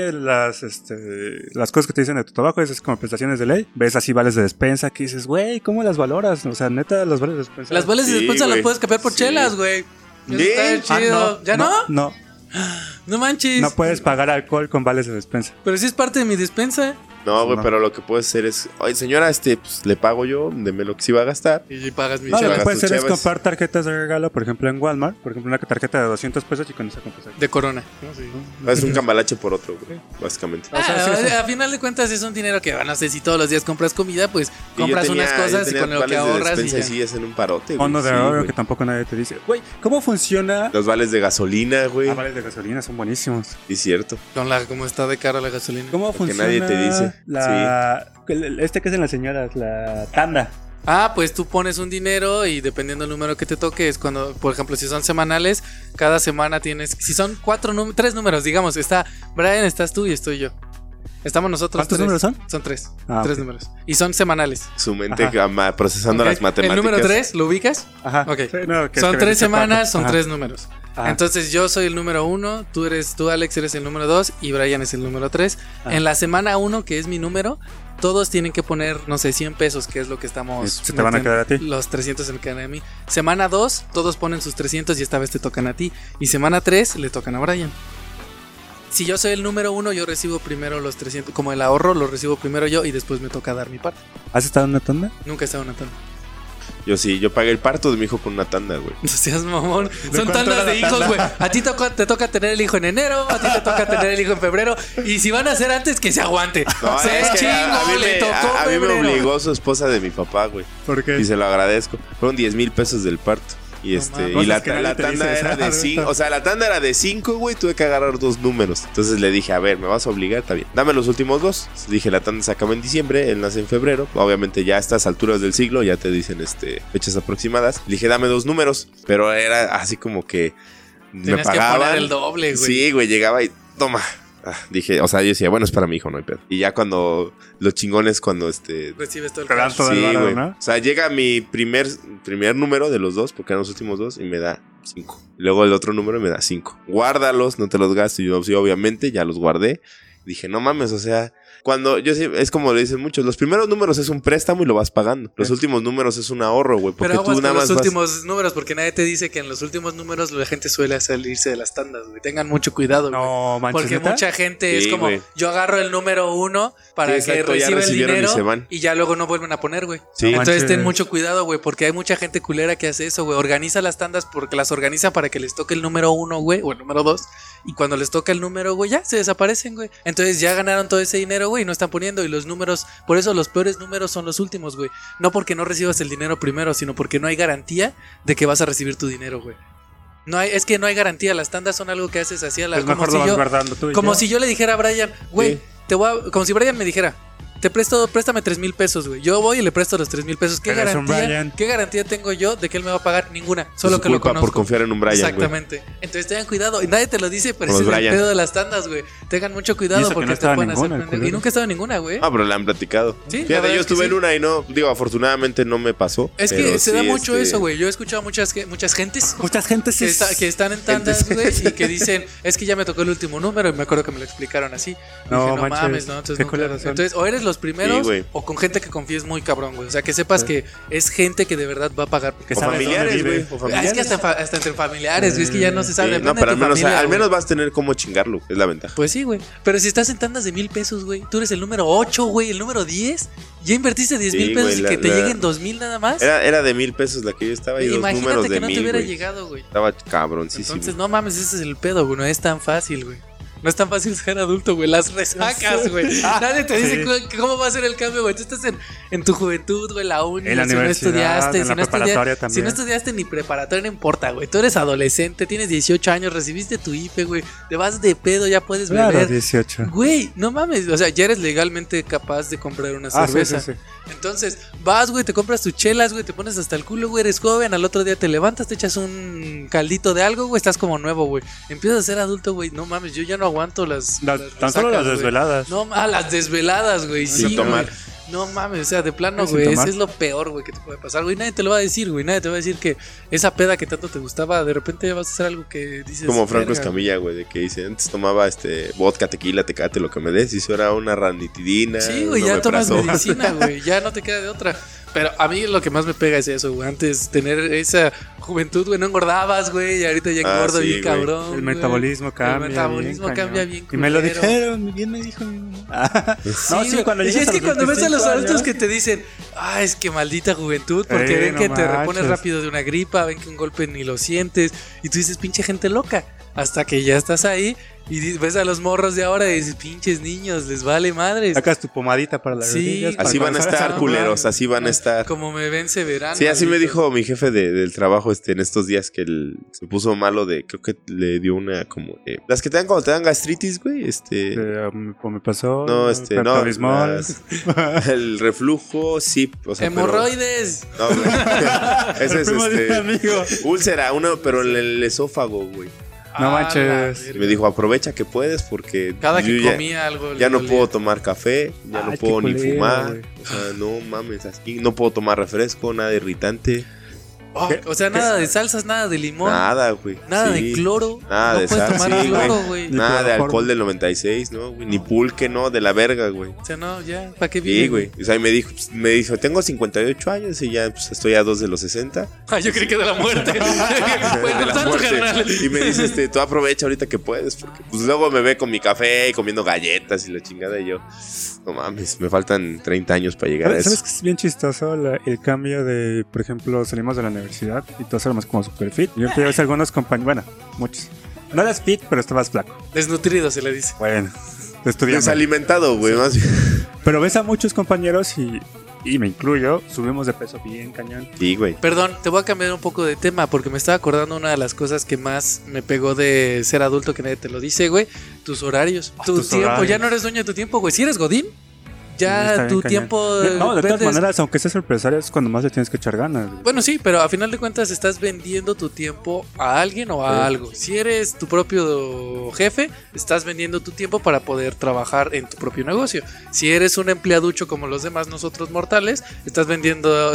las cosas que te dicen de tu trabajo, esas como prestaciones de ley. Ves así vales de despensa que dices, güey, ¿cómo las valoras? O sea, neta, las vales de despensa. Las vales de Sí, despensa las güey. puedes cambiar por Sí. chelas, güey. Eso Bien. está chido. ¿Ya no? No, No manches. no puedes pagar alcohol con vales de despensa. Pero sí es parte de mi despensa. No, güey, No. pero lo que puedes hacer es, oye, señora, pues le pago yo, deme lo que sí va a gastar. Y pagas mi No, lo chela que hagas puedes tus hacer es cheves. comprar tarjetas de regalo, por ejemplo, en Walmart. Por ejemplo, una tarjeta de 200 pesos y con esa compras algo. de Corona. Es un cambalache por otro, güey, básicamente. O sea, sí, A final de cuentas es un dinero que, no sé, si todos los días compras comida, pues Y yo compras tenía- unas yo cosas y tenía con lo que vales de ahorras y despensa ya. y sí hacen un parote, güey. Fondo de Sí, ahorro güey. que tampoco nadie te dice. Güey, ¿cómo funciona? Los vales de gasolina, güey. Vales de gasolina son buenísimos. Sí, es cierto. Con como está de cara la gasolina. ¿Cómo Porque funciona nadie te dice. que es en las señoras, la tanda? Pues tú pones un dinero y dependiendo del número que te toque es cuando, por ejemplo, si son semanales, cada semana tienes, si son 3 números, digamos, está Brian, estás tú y estoy yo. Estamos nosotros. ¿Cuántos 3. números son? Son 3. Ah, 3 ok. números. Y son semanales. Su mente Ajá. procesando ¿Ok? las matemáticas. El número 3, ¿lo ubicas? Ajá. Ok. Sí, no, que- Son que 3 dice semanas, cuatro. son Ajá. 3 números. Ajá. Entonces yo soy el número 1, tú Alex eres el número 2 y Brian es el número 3. Ah. En la semana 1, que es mi número, todos tienen que poner, no sé, 100 pesos, que es lo que estamos... Se te van a quedar a ti. Los 300 se me quedan a mí. Semana 2, todos ponen sus 300 y esta vez te tocan a ti. Y semana 3 le tocan a Brian. Si yo soy el número 1, yo recibo primero los 300, como el ahorro lo recibo primero yo y después me toca dar mi parte. ¿Has estado en una tanda? Nunca he estado en una tanda. Yo sí, yo pagué el parto de mi hijo con una tanda, güey. No seas mamón. Son cuánto tandas era la de hijos, tanda? güey. A ti te toca tener el hijo en enero, a ti te toca tener el hijo en febrero. Y si van a hacer antes, que se aguante. No, se es que chingo, le tocó a mí me febrero. obligó su esposa de mi papá, güey. ¿Por qué? Y se lo agradezco. Fueron 10,000 pesos del parto. Y No y mames. la Cosas que nadie te tanda dice, era de ¿sabes? 5. O sea, la tanda era de 5, güey. Tuve que agarrar 2 números. Entonces le dije, a ver, me vas a obligar, está bien. Dame los últimos 2. Dije, la tanda se acaba en diciembre, él nace en febrero. Obviamente, ya a estas alturas del siglo, ya te dicen fechas aproximadas. Le dije, dame 2 números. Pero era así como que me Tenías que pagaban. poner el doble, güey. Sí, güey, llegaba y toma. Dije, o sea, yo decía, bueno, es para mi hijo, no hay pedo. Y ya cuando los chingones, cuando Recibes todo el Te dan cash. todo el sí, varo, güey. ¿no? O sea, llega mi primer número de los 2, porque eran los últimos 2, y me da 5. Luego el otro número me da 5. Guárdalos, no te los gastes. Y yo, sí, obviamente, ya los guardé. Dije, no mames, o sea, cuando yo sí, es como le dicen muchos, los primeros números es un préstamo y lo vas pagando. Los últimos números es un ahorro, güey. Porque Pero aguas tú nada con más los vas. últimos números, porque nadie te dice que en los últimos números la gente suele salirse de las tandas, güey. Tengan mucho cuidado, güey. No, manches, Porque ¿neta? mucha gente Sí, es como, güey. yo agarro el número 1 para Sí, que exacto, ya reciba el recibieron y dinero se van. y ya luego no vuelven a poner, güey. Sí. Entonces Manches. ten mucho cuidado, güey, porque hay mucha gente culera que hace eso, güey. Organiza las tandas porque las organiza para que les toque el número 1, güey, o el número 2. Y cuando les toca el número, güey, ya se desaparecen, güey. Entonces ya ganaron todo ese dinero, güey, y no están poniendo. Y los números, por eso los peores números son los últimos, güey. No porque no recibas el dinero primero, sino porque no hay garantía de que vas a recibir tu dinero, güey. Es que no hay garantía. Las tandas son algo que haces así a la. Pues mejor lo vas guardando tú y Como ya. si yo le dijera a Brian, güey, Sí. como si Brian me dijera, préstame 3,000 pesos, güey. Yo voy y le presto los 3,000 pesos. Eres un Brian. ¿Qué garantía tengo yo de que él me va a pagar? Ninguna. Solo Su que lo culpa conozco. por confiar en un Brian, güey. Exactamente. Entonces tengan cuidado. Y nadie te lo dice, pero Con ese los es el Brian. pedo de las tandas, güey. Tengan mucho Y cuidado eso que porque no te estaba pueden hacer ninguna, el pendejo. Y culero. nunca he estado en ninguna, güey. Ah, pero la han platicado. Sí, la Fíjate, verdad yo es que estuve sí. en una y no, digo, afortunadamente no me pasó. Es pero que se da sí, mucho eso, güey. Yo he escuchado muchas gentes Muchas gentes que están en tandas, Gentes. güey, y que dicen, es que ya me tocó el último número, y me acuerdo que me lo explicaron así. Y No, dije, no manches, mames, ¿no? Entonces, qué nunca- culeros son. entonces, o eres los primeros, Sí, güey. o con gente que confíes muy cabrón, güey. O sea, que sepas que es gente que de verdad va a pagar. Que O sabes familiares, dónde güey. vive. O Ah, familiares. es que hasta entre familiares, güey, es que ya no se sabe. Sí, depende no, de pero tu familia, al güey. menos vas a tener cómo chingarlo, es la ventaja. Pues sí, güey. Pero si estás en tandas de 1,000 pesos, güey, tú eres el número 8, güey, el número 10, ya invertiste 10,000 Sí, pesos güey, y que te la- lleguen 2,000 nada más. Era de 1,000 pesos la que yo estaba y dos Imagínate números que de no te 1,000, hubiera güey. llegado, güey. Estaba cabroncísimo. Entonces, no mames, ese es el pedo, güey. No es tan fácil, güey. No es tan fácil ser adulto, güey. Las resacas, güey. Nadie te dice cómo va a ser el cambio, güey. Tú estás en tu juventud, güey, la uni. En la universidad, en la preparatoria también. Si no estudiaste ni preparatoria, no importa, güey. Tú eres adolescente, tienes 18 años, recibiste tu IFE, güey. Te vas de pedo, ya puedes beber. Claro, 18. Güey, no mames. O sea, ya eres legalmente capaz de comprar una cerveza. Sí. Entonces, vas, güey, te compras tus chelas, güey, te pones hasta el culo, güey, eres joven, al otro día te levantas, te echas un caldito de algo, güey, estás como nuevo, güey. Empiezas a ser adulto, güey, no mames, yo ya no aguanto tan solo las desveladas. No, las desveladas, güey, sí, tomar. güey. No mames, o sea, de plano, güey, eso es lo peor, güey, que te puede pasar, güey. Nadie te lo va a decir, güey. Nadie te va a decir que esa peda que tanto te gustaba, de repente vas a hacer algo que dices. Como Franco Escamilla, güey, de que dice, antes tomaba vodka, tequila, tecate, lo que me des, y eso era una ranitidina. Sí, güey, ya tomas medicina, güey, ya no te queda de otra. Pero a mí lo que más me pega es eso, güey. Antes tener esa juventud, güey, no engordabas, güey, y ahorita ya engordo bien cabrón. El metabolismo cambia. El metabolismo cambia bien. Y me lo dijeron, bien me dijo mi mamá. Sí, cuando y es que cuando ves a los adultos que te dicen, es que maldita juventud, porque ven que te repones rápido de una gripa, ven que un golpe ni lo sientes, y tú dices, pinche gente loca, hasta que ya estás ahí. Y ves a los morros de ahora y dices, pinches niños, les vale madres. Sacas tu pomadita para las rodillas. Así van a estar, culeros, así van a estar. Como me ven verano. Sí, así me dijo mi jefe del trabajo en estos días que él se puso malo creo que le dio una como... las que te dan cuando te dan gastritis, güey, me pasó. No, el reflujo, sí, o sea, hemorroides. No, güey. Ese es úlcera, pero en el esófago, güey. No manches. Me dijo, aprovecha que puedes porque cada que comía algo ya no puedo tomar café, ya no puedo ni fumar, güey. O sea, no mames, así no puedo tomar refresco, nada irritante. O sea, nada de salsas, nada de limón. Nada, güey. Nada de cloro. Nada de sal, tomar cloro, güey. Nada de alcohol del 96, ¿no, güey? Ni pulque, no, de la verga, güey. O sea, no, ya, ¿para qué viene? Sí, güey. O sea, me dijo, tengo 58 años y ya pues, estoy a 2 de los 60. Yo creí que de la muerte. De la muerte. Y me dice, tú aprovecha ahorita que puedes, porque pues luego me ve con mi café y comiendo galletas y la chingada y yo, no mames, me faltan 30 años para llegar a eso. ¿Sabes que es bien chistoso el cambio de, por ejemplo, salimos de la universidad y todos éramos como super fit? Yo empecé a ver algunos compañeros, bueno, muchos. No eras fit, pero estabas flaco. Desnutrido se le dice. Bueno, estudiando. Desalimentado, güey, más bien. Pero ves a muchos compañeros y me incluyo, subimos de peso bien cañón. Sí, güey. Perdón, te voy a cambiar un poco de tema porque me estaba acordando una de las cosas que más me pegó de ser adulto que nadie te lo dice, güey. Tus horarios. Tu tiempo. Horarios. Ya no eres dueño de tu tiempo, güey. Si eres godín, ya tu tiempo... No, de todas maneras, aunque seas empresario, es cuando más le tienes que echar ganas. Bueno, sí, pero a final de cuentas estás vendiendo tu tiempo a alguien o a algo. Si eres tu propio jefe, estás vendiendo tu tiempo para poder trabajar en tu propio negocio. Si eres un empleaducho como los demás nosotros mortales, estás vendiendo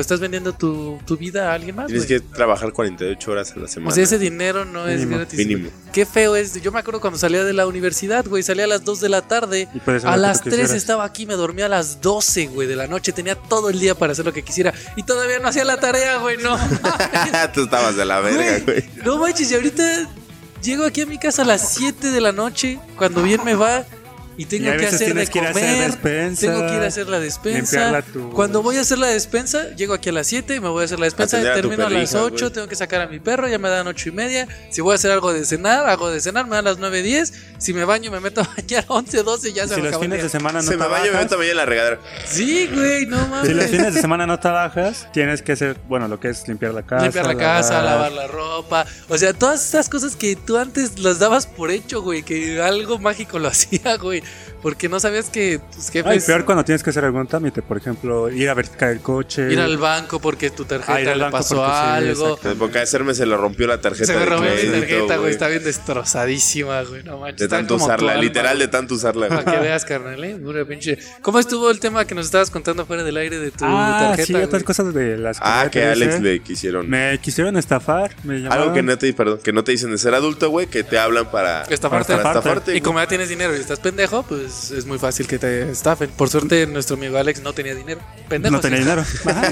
tu vida a alguien más. Tienes que trabajar 48 horas a la semana. O sea, ese dinero no es gratis. Mínimo. Qué feo es. Yo me acuerdo cuando salía de la universidad, güey, salía a las 2 de la tarde. A las 3 estaba aquí, me dormía a las 12, güey, de la noche. Tenía todo el día para hacer lo que quisiera y todavía no hacía la tarea, güey, no. Tú estabas de la verga, güey. No manches, y ahorita llego aquí a mi casa a las 7 de la noche, cuando bien me va, y tengo que hacer de comer, tengo que ir a hacer la despensa. Cuando voy a hacer la despensa, llego aquí a las 7, me voy a hacer la despensa, termino a las 8, güey. Tengo que sacar a mi perro, ya me dan 8:30. Si voy a hacer algo de cenar, hago de cenar, me dan las 9:10. Si me baño, me meto a bañar 11, 12, ya se me acabó. Si los fines de semana no trabajas, me baño, me meto a bañar en la regadera. Sí, güey, no mames. Si los fines de semana no trabajas, tienes que hacer, bueno, lo que es limpiar la casa. Lavar la ropa. O sea, todas estas cosas que tú antes las dabas por hecho, güey, que algo mágico lo hacía, güey. Porque no sabías que tus jefes... peor cuando tienes que hacer algún trámite, por ejemplo, ir a verificar el coche. Ir al banco porque tu tarjeta le pasó algo. Sí, porque a hacerme se le rompió la tarjeta. Se me rompió mi tarjeta, güey. Está bien destrozadísima, güey. No manches. De tanto usarla, literal de tanto usarla. Para que veas, carnal, pura pinche. ¿Cómo estuvo el tema que nos estabas contando fuera del aire de tu tarjeta? Sí, otras cosas de las que a Alex le quisieron. Me quisieron estafar. Algo que no te dicen de ser adulto, güey, que te hablan para estafarte. Y como ya tienes dinero y estás pendejo, pues es muy fácil que te estafen. Por suerte, nuestro amigo Alex no tenía dinero. Pendejo. No tenía dinero.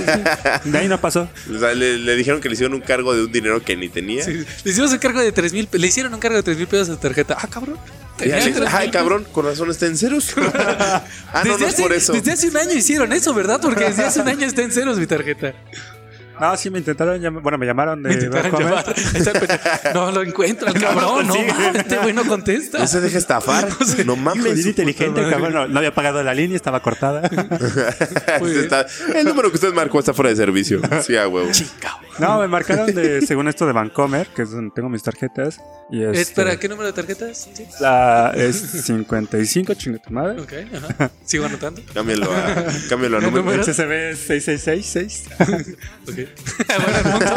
De ahí no pasó. O sea, le dijeron que le hicieron un cargo de un dinero que ni tenía. Sí, le hicieron un cargo de 3,000. Le hicieron un cargo de 3,000 pesos a su tarjeta. Cabrón. Ay, cabrón, con razón está en ceros. No es por eso. Desde hace un año hicieron eso, ¿verdad? Porque desde hace un año está en ceros mi tarjeta. No, sí, me intentaron llamar. Bueno, me llamaron de Me intentaron Bancomer. llamar. Está el pendejo. No lo encuentro, el cabrón. No, este güey no contesta. No se deja estafar. No mames. Bien su inteligente, puta cabrón. madre. No había pagado la línea, estaba cortada. El número que usted marcó está fuera de servicio. Sí, a huevo. No, me marcaron según esto de Bancomer, que es donde tengo mis tarjetas. Y Espera, ¿qué número de tarjetas? ¿Sí? Es 55, chinga tu madre. Ok, ajá. Sigo anotando. Cámbialo a ¿El número. número? El CCB es 6666. Ok. Bueno, punto.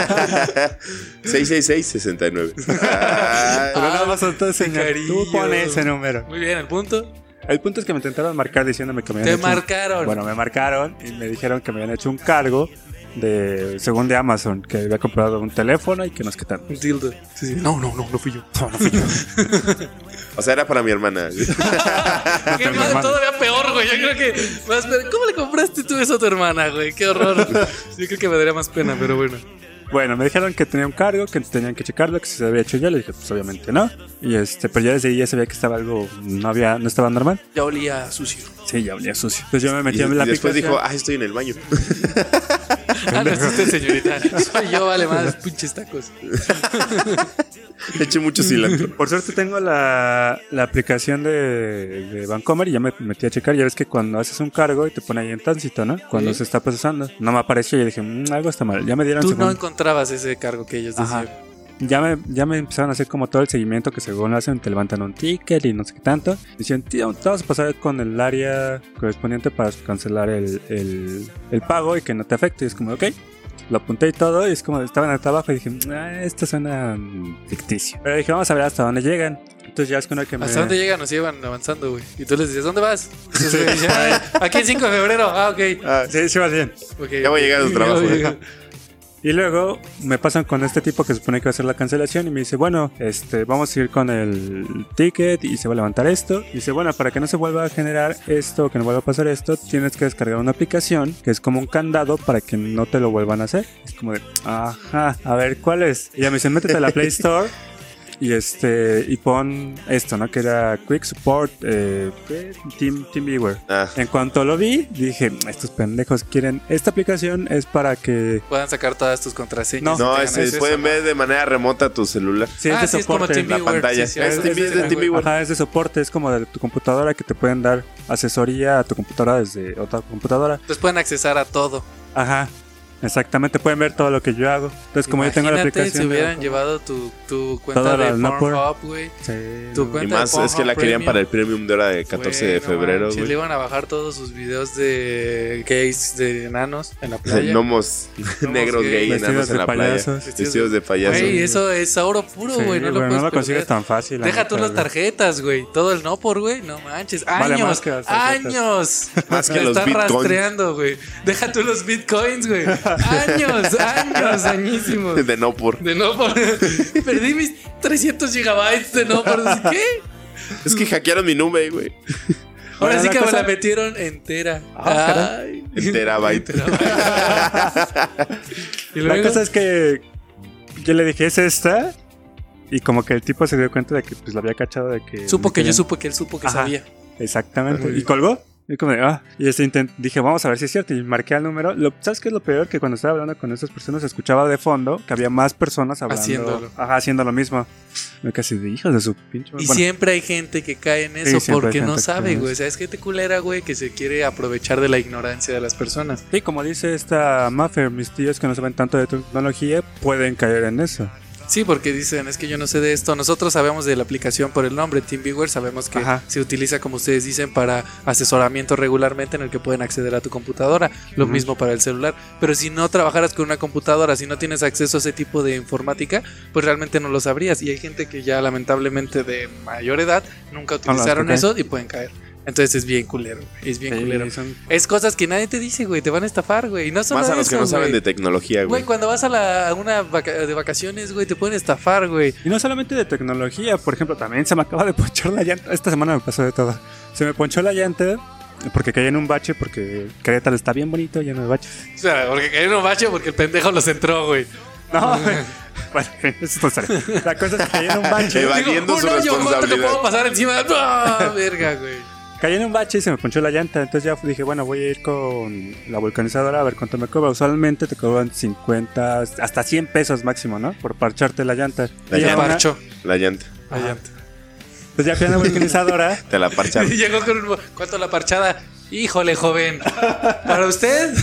666-69. Pero nada más entonces, señor, tú Carillo. pones ese número. Muy bien, el punto. El punto es que me intentaron marcar diciéndome que me Te habían hecho marcaron. Bueno, me marcaron y me dijeron que me habían hecho un cargo según de Amazon, que había comprado un teléfono y que nos quitaron. Un tildo. Sí, sí. No fui yo. No fui yo. O sea, era para mi hermana. Qué mal, todavía peor, güey. Yo creo que más pena. ¿Cómo le compraste tú eso a tu hermana, güey? Qué horror. Yo creo que me daría más pena, pero bueno. Bueno, me dijeron que tenía un cargo, que tenían que checarlo, que si se había hecho yo. Le dije, pues obviamente no. Y pero ya desde ahí ya sabía que estaba algo, no estaba normal. Ya olía sucio. Sí, ya olía sucio. Entonces yo me metí en Y la después aplicación. dijo, estoy en el baño. Ah, no es usted, señorita. Soy yo, vale más, pinches tacos. Eché mucho cilantro. Por suerte tengo la aplicación de Bancomer y ya me metí a checar. Ya ves que cuando haces un cargo y te pone ahí en tránsito, ¿no? Cuando Sí. se está procesando. No me apareció y dije, algo está mal. Ya me dieron Tú según- no encontrabas ese cargo que ellos Ajá. decían. Ya me empezaron a hacer como todo el seguimiento que según hacen, te levantan un ticket y no sé qué tanto. Decían, tío, te vamos a pasar con el área correspondiente para cancelar el pago y que no te afecte. Y es como, ok. Lo apunté y todo, y es como estaban hasta abajo y dije, esto suena ficticio. Pero dije, vamos a ver hasta dónde llegan. Entonces ya es que uno que me... ¿Hasta dónde llegan? Nos iban avanzando, güey. Y tú les decías, ¿dónde vas? Entonces me decían, aquí el 5 de febrero. Ah, ok. Sí, vas bien. Okay. Ya voy a llegar a tu trabajo. Ya voy a llegar. Y luego me pasan con este tipo que se supone que va a hacer la cancelación y me dice, bueno, vamos a ir con el ticket y se va a levantar esto. Y dice, bueno, para que no se vuelva a generar esto, que no vuelva a pasar esto, tienes que descargar una aplicación que es como un candado para que no te lo vuelvan a hacer. Es como de, ajá, a ver, ¿cuál es? Y ya me dicen, métete a la Play Store y pon esto, ¿no? Que era Quick Support TeamViewer. En cuanto lo vi, dije, estos pendejos quieren... Esta aplicación es para que... Puedan sacar todas tus contraseñas. No, y tengan pueden ver de manera remota tu celular. Sí, es de sí, es como soporte. TeamViewer. La pantalla. Sí, Es de TeamViewer. Ajá, es de soporte, es como de tu computadora que te pueden dar asesoría a tu computadora desde otra computadora. Entonces pueden accesar a todo. Ajá, exactamente, pueden ver todo lo que yo hago. Entonces, como yo tengo la Imagínate aplicación... si hubieran llevado tu cuenta Todo de el no Pornhub, güey. Sí. Tu Y cuenta más de es que la Pornhub querían Premium. para el premium de hora de 14 de Güey, no febrero, manches, güey. le iban a bajar todos sus videos de gays de enanos en la playa. Gnomos negros gay, gay vestidos enanos de en la playa. payasos. Vestidos de payaso. Güey, eso es oro puro, Sí, güey. No lo güey, puedes no lo consigues perder. tan fácil. la Deja neta, tú las güey. tarjetas, güey. Todo el no por, güey. No manches. Vale Años. más que las tarjetas. Años. Más que Me los están bitcoins. rastreando, güey. Deja tú los bitcoins, güey. Años, añísimos. De no por. De no por. Perdí mis 300 gigabytes de no por. ¿Qué? Es que hackearon mi nube, güey. Ahora Bueno, sí la que me cosa- la metieron entera. caray. En terabyte. Y La luego, cosa es que yo le dije, ¿es esta? Y como que el tipo se dio cuenta de que pues lo había cachado de que... supo me que yo querían- supo que él supo que Ajá. sabía. Exactamente. Uy. Y colgó. Y como de, Y dije, vamos a ver si es cierto. Y marqué el número. ¿Sabes qué es lo peor? Que cuando estaba hablando con estas personas, escuchaba de fondo que había más personas hablando. Haciéndolo. Ajá, haciendo lo mismo. Me casi de hijos de su pinche. Y Bueno, siempre hay gente que cae en Sí, eso siempre hay porque no gente que sabe, cae en güey. O eso. sea, es gente culera, güey, que se quiere aprovechar de la ignorancia de las personas. Sí, como dice esta Maffer, mis tíos que no saben tanto de tecnología pueden caer en eso. Sí, porque dicen, es que yo no sé de esto. Nosotros sabemos de la aplicación por el nombre, TeamViewer. Sabemos que Ajá. se utiliza, como ustedes dicen, para asesoramiento regularmente en el que pueden acceder a tu computadora. Lo Ujú. mismo para el celular. Pero si no trabajaras con una computadora, si no tienes acceso a ese tipo de informática, pues realmente no lo sabrías. Y hay gente que ya lamentablemente de mayor edad nunca utilizaron que eso y pueden caer. Entonces es bien culero, güey. Es bien Sí, culero. son- Es cosas que nadie te dice, güey. Te van a estafar, güey. Y no solo Más a los que eso, no saben güey. de tecnología, Güey, güey. cuando vas a una de vacaciones, güey, te pueden estafar, güey. Y no solamente de tecnología, por ejemplo, también se me acaba de ponchar la llanta. Esta semana me pasó de todo. Se me ponchó la llanta porque caí en un bache, porque Querétaro está bien bonito, lleno de baches. O sea, porque caí en un bache porque el pendejo los entró, güey. No, bueno, eso es otra historia. La cosa es que caí en un bache. Evadiendo Digo, su un hoyo corto que responsabilidad. puedo pasar encima. ¡Ah, verga, güey! Caí en un bache y se me ponchó la llanta. Entonces ya dije, bueno, voy a ir con la vulcanizadora a ver cuánto me cobra. Usualmente te cobran 50, hasta 100 pesos máximo, ¿no? Por parcharte la llanta. La Ya llanta. parchó. La llanta. La llanta. Entonces ya fui a la vulcanizadora. Te la parcharon. Y llegó con un... ¿Cuánto la parchada? Híjole, joven. ¿Para usted?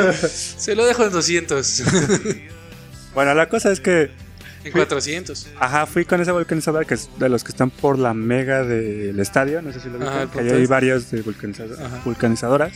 Se lo dejo en 200. Bueno, la cosa es que En 400. ajá, fui con esa vulcanizadora que es de los que están por la mega del estadio. No sé si lo Ajá, viste. el Que ahí punto hay es. varios de Ajá. vulcanizadoras.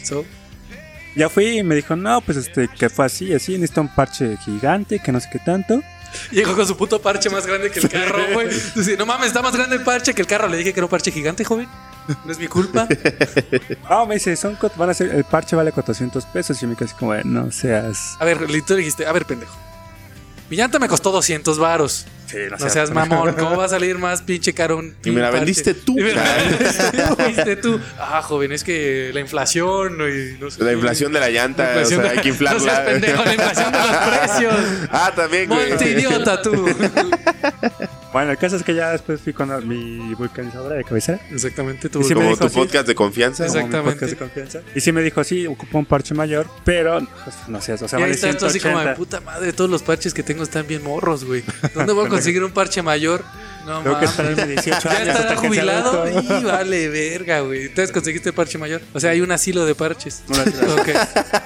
Ya fui y me dijo, no, pues que fue así, necesita un parche gigante, que no sé qué tanto. Llegó con su puto parche más grande que el carro, güey. Dice, no mames, está más grande el parche que el carro. Le dije que era un parche gigante, joven. No es mi culpa. No, me dice, van a ser, el parche vale 400 pesos. Y yo me quedé así como, no seas... A ver, tú dijiste, a ver, pendejo. Mi llanta me costó 200 varos. Sí, No seas mamón. ¿Cómo va a salir más pinche caro un Y me la parche? vendiste tú. Y me la vendiste tú. Ah, joven, es que la inflación y no sé La qué. inflación de la llanta, La inflación o sea, de- hay que inflarla. No seas pendejo, la inflación de los precios. Ah, también, güey. Monte idiota tú. Bueno, el caso es que ya después fui con mi vulcanizadora de cabecera. Exactamente, tú. Y sí me Como dijo, tu sí. podcast de confianza. Exacto. Como mi Exactamente. podcast de confianza. Y sí me dijo, sí, ocupa un parche mayor, pero pues, no sé, o sea, Y ahí vale está esto así como de 180. puta madre, todos los parches que tengo están bien morros, güey. ¿Dónde voy a conseguir un parche mayor? No Tengo que mames. esperarme 18 Ya años hasta estará que sea jubilado adulto. y vale verga, güey. Entonces conseguiste el parche mayor. O sea, hay un asilo de parches. Un asilo. Ok.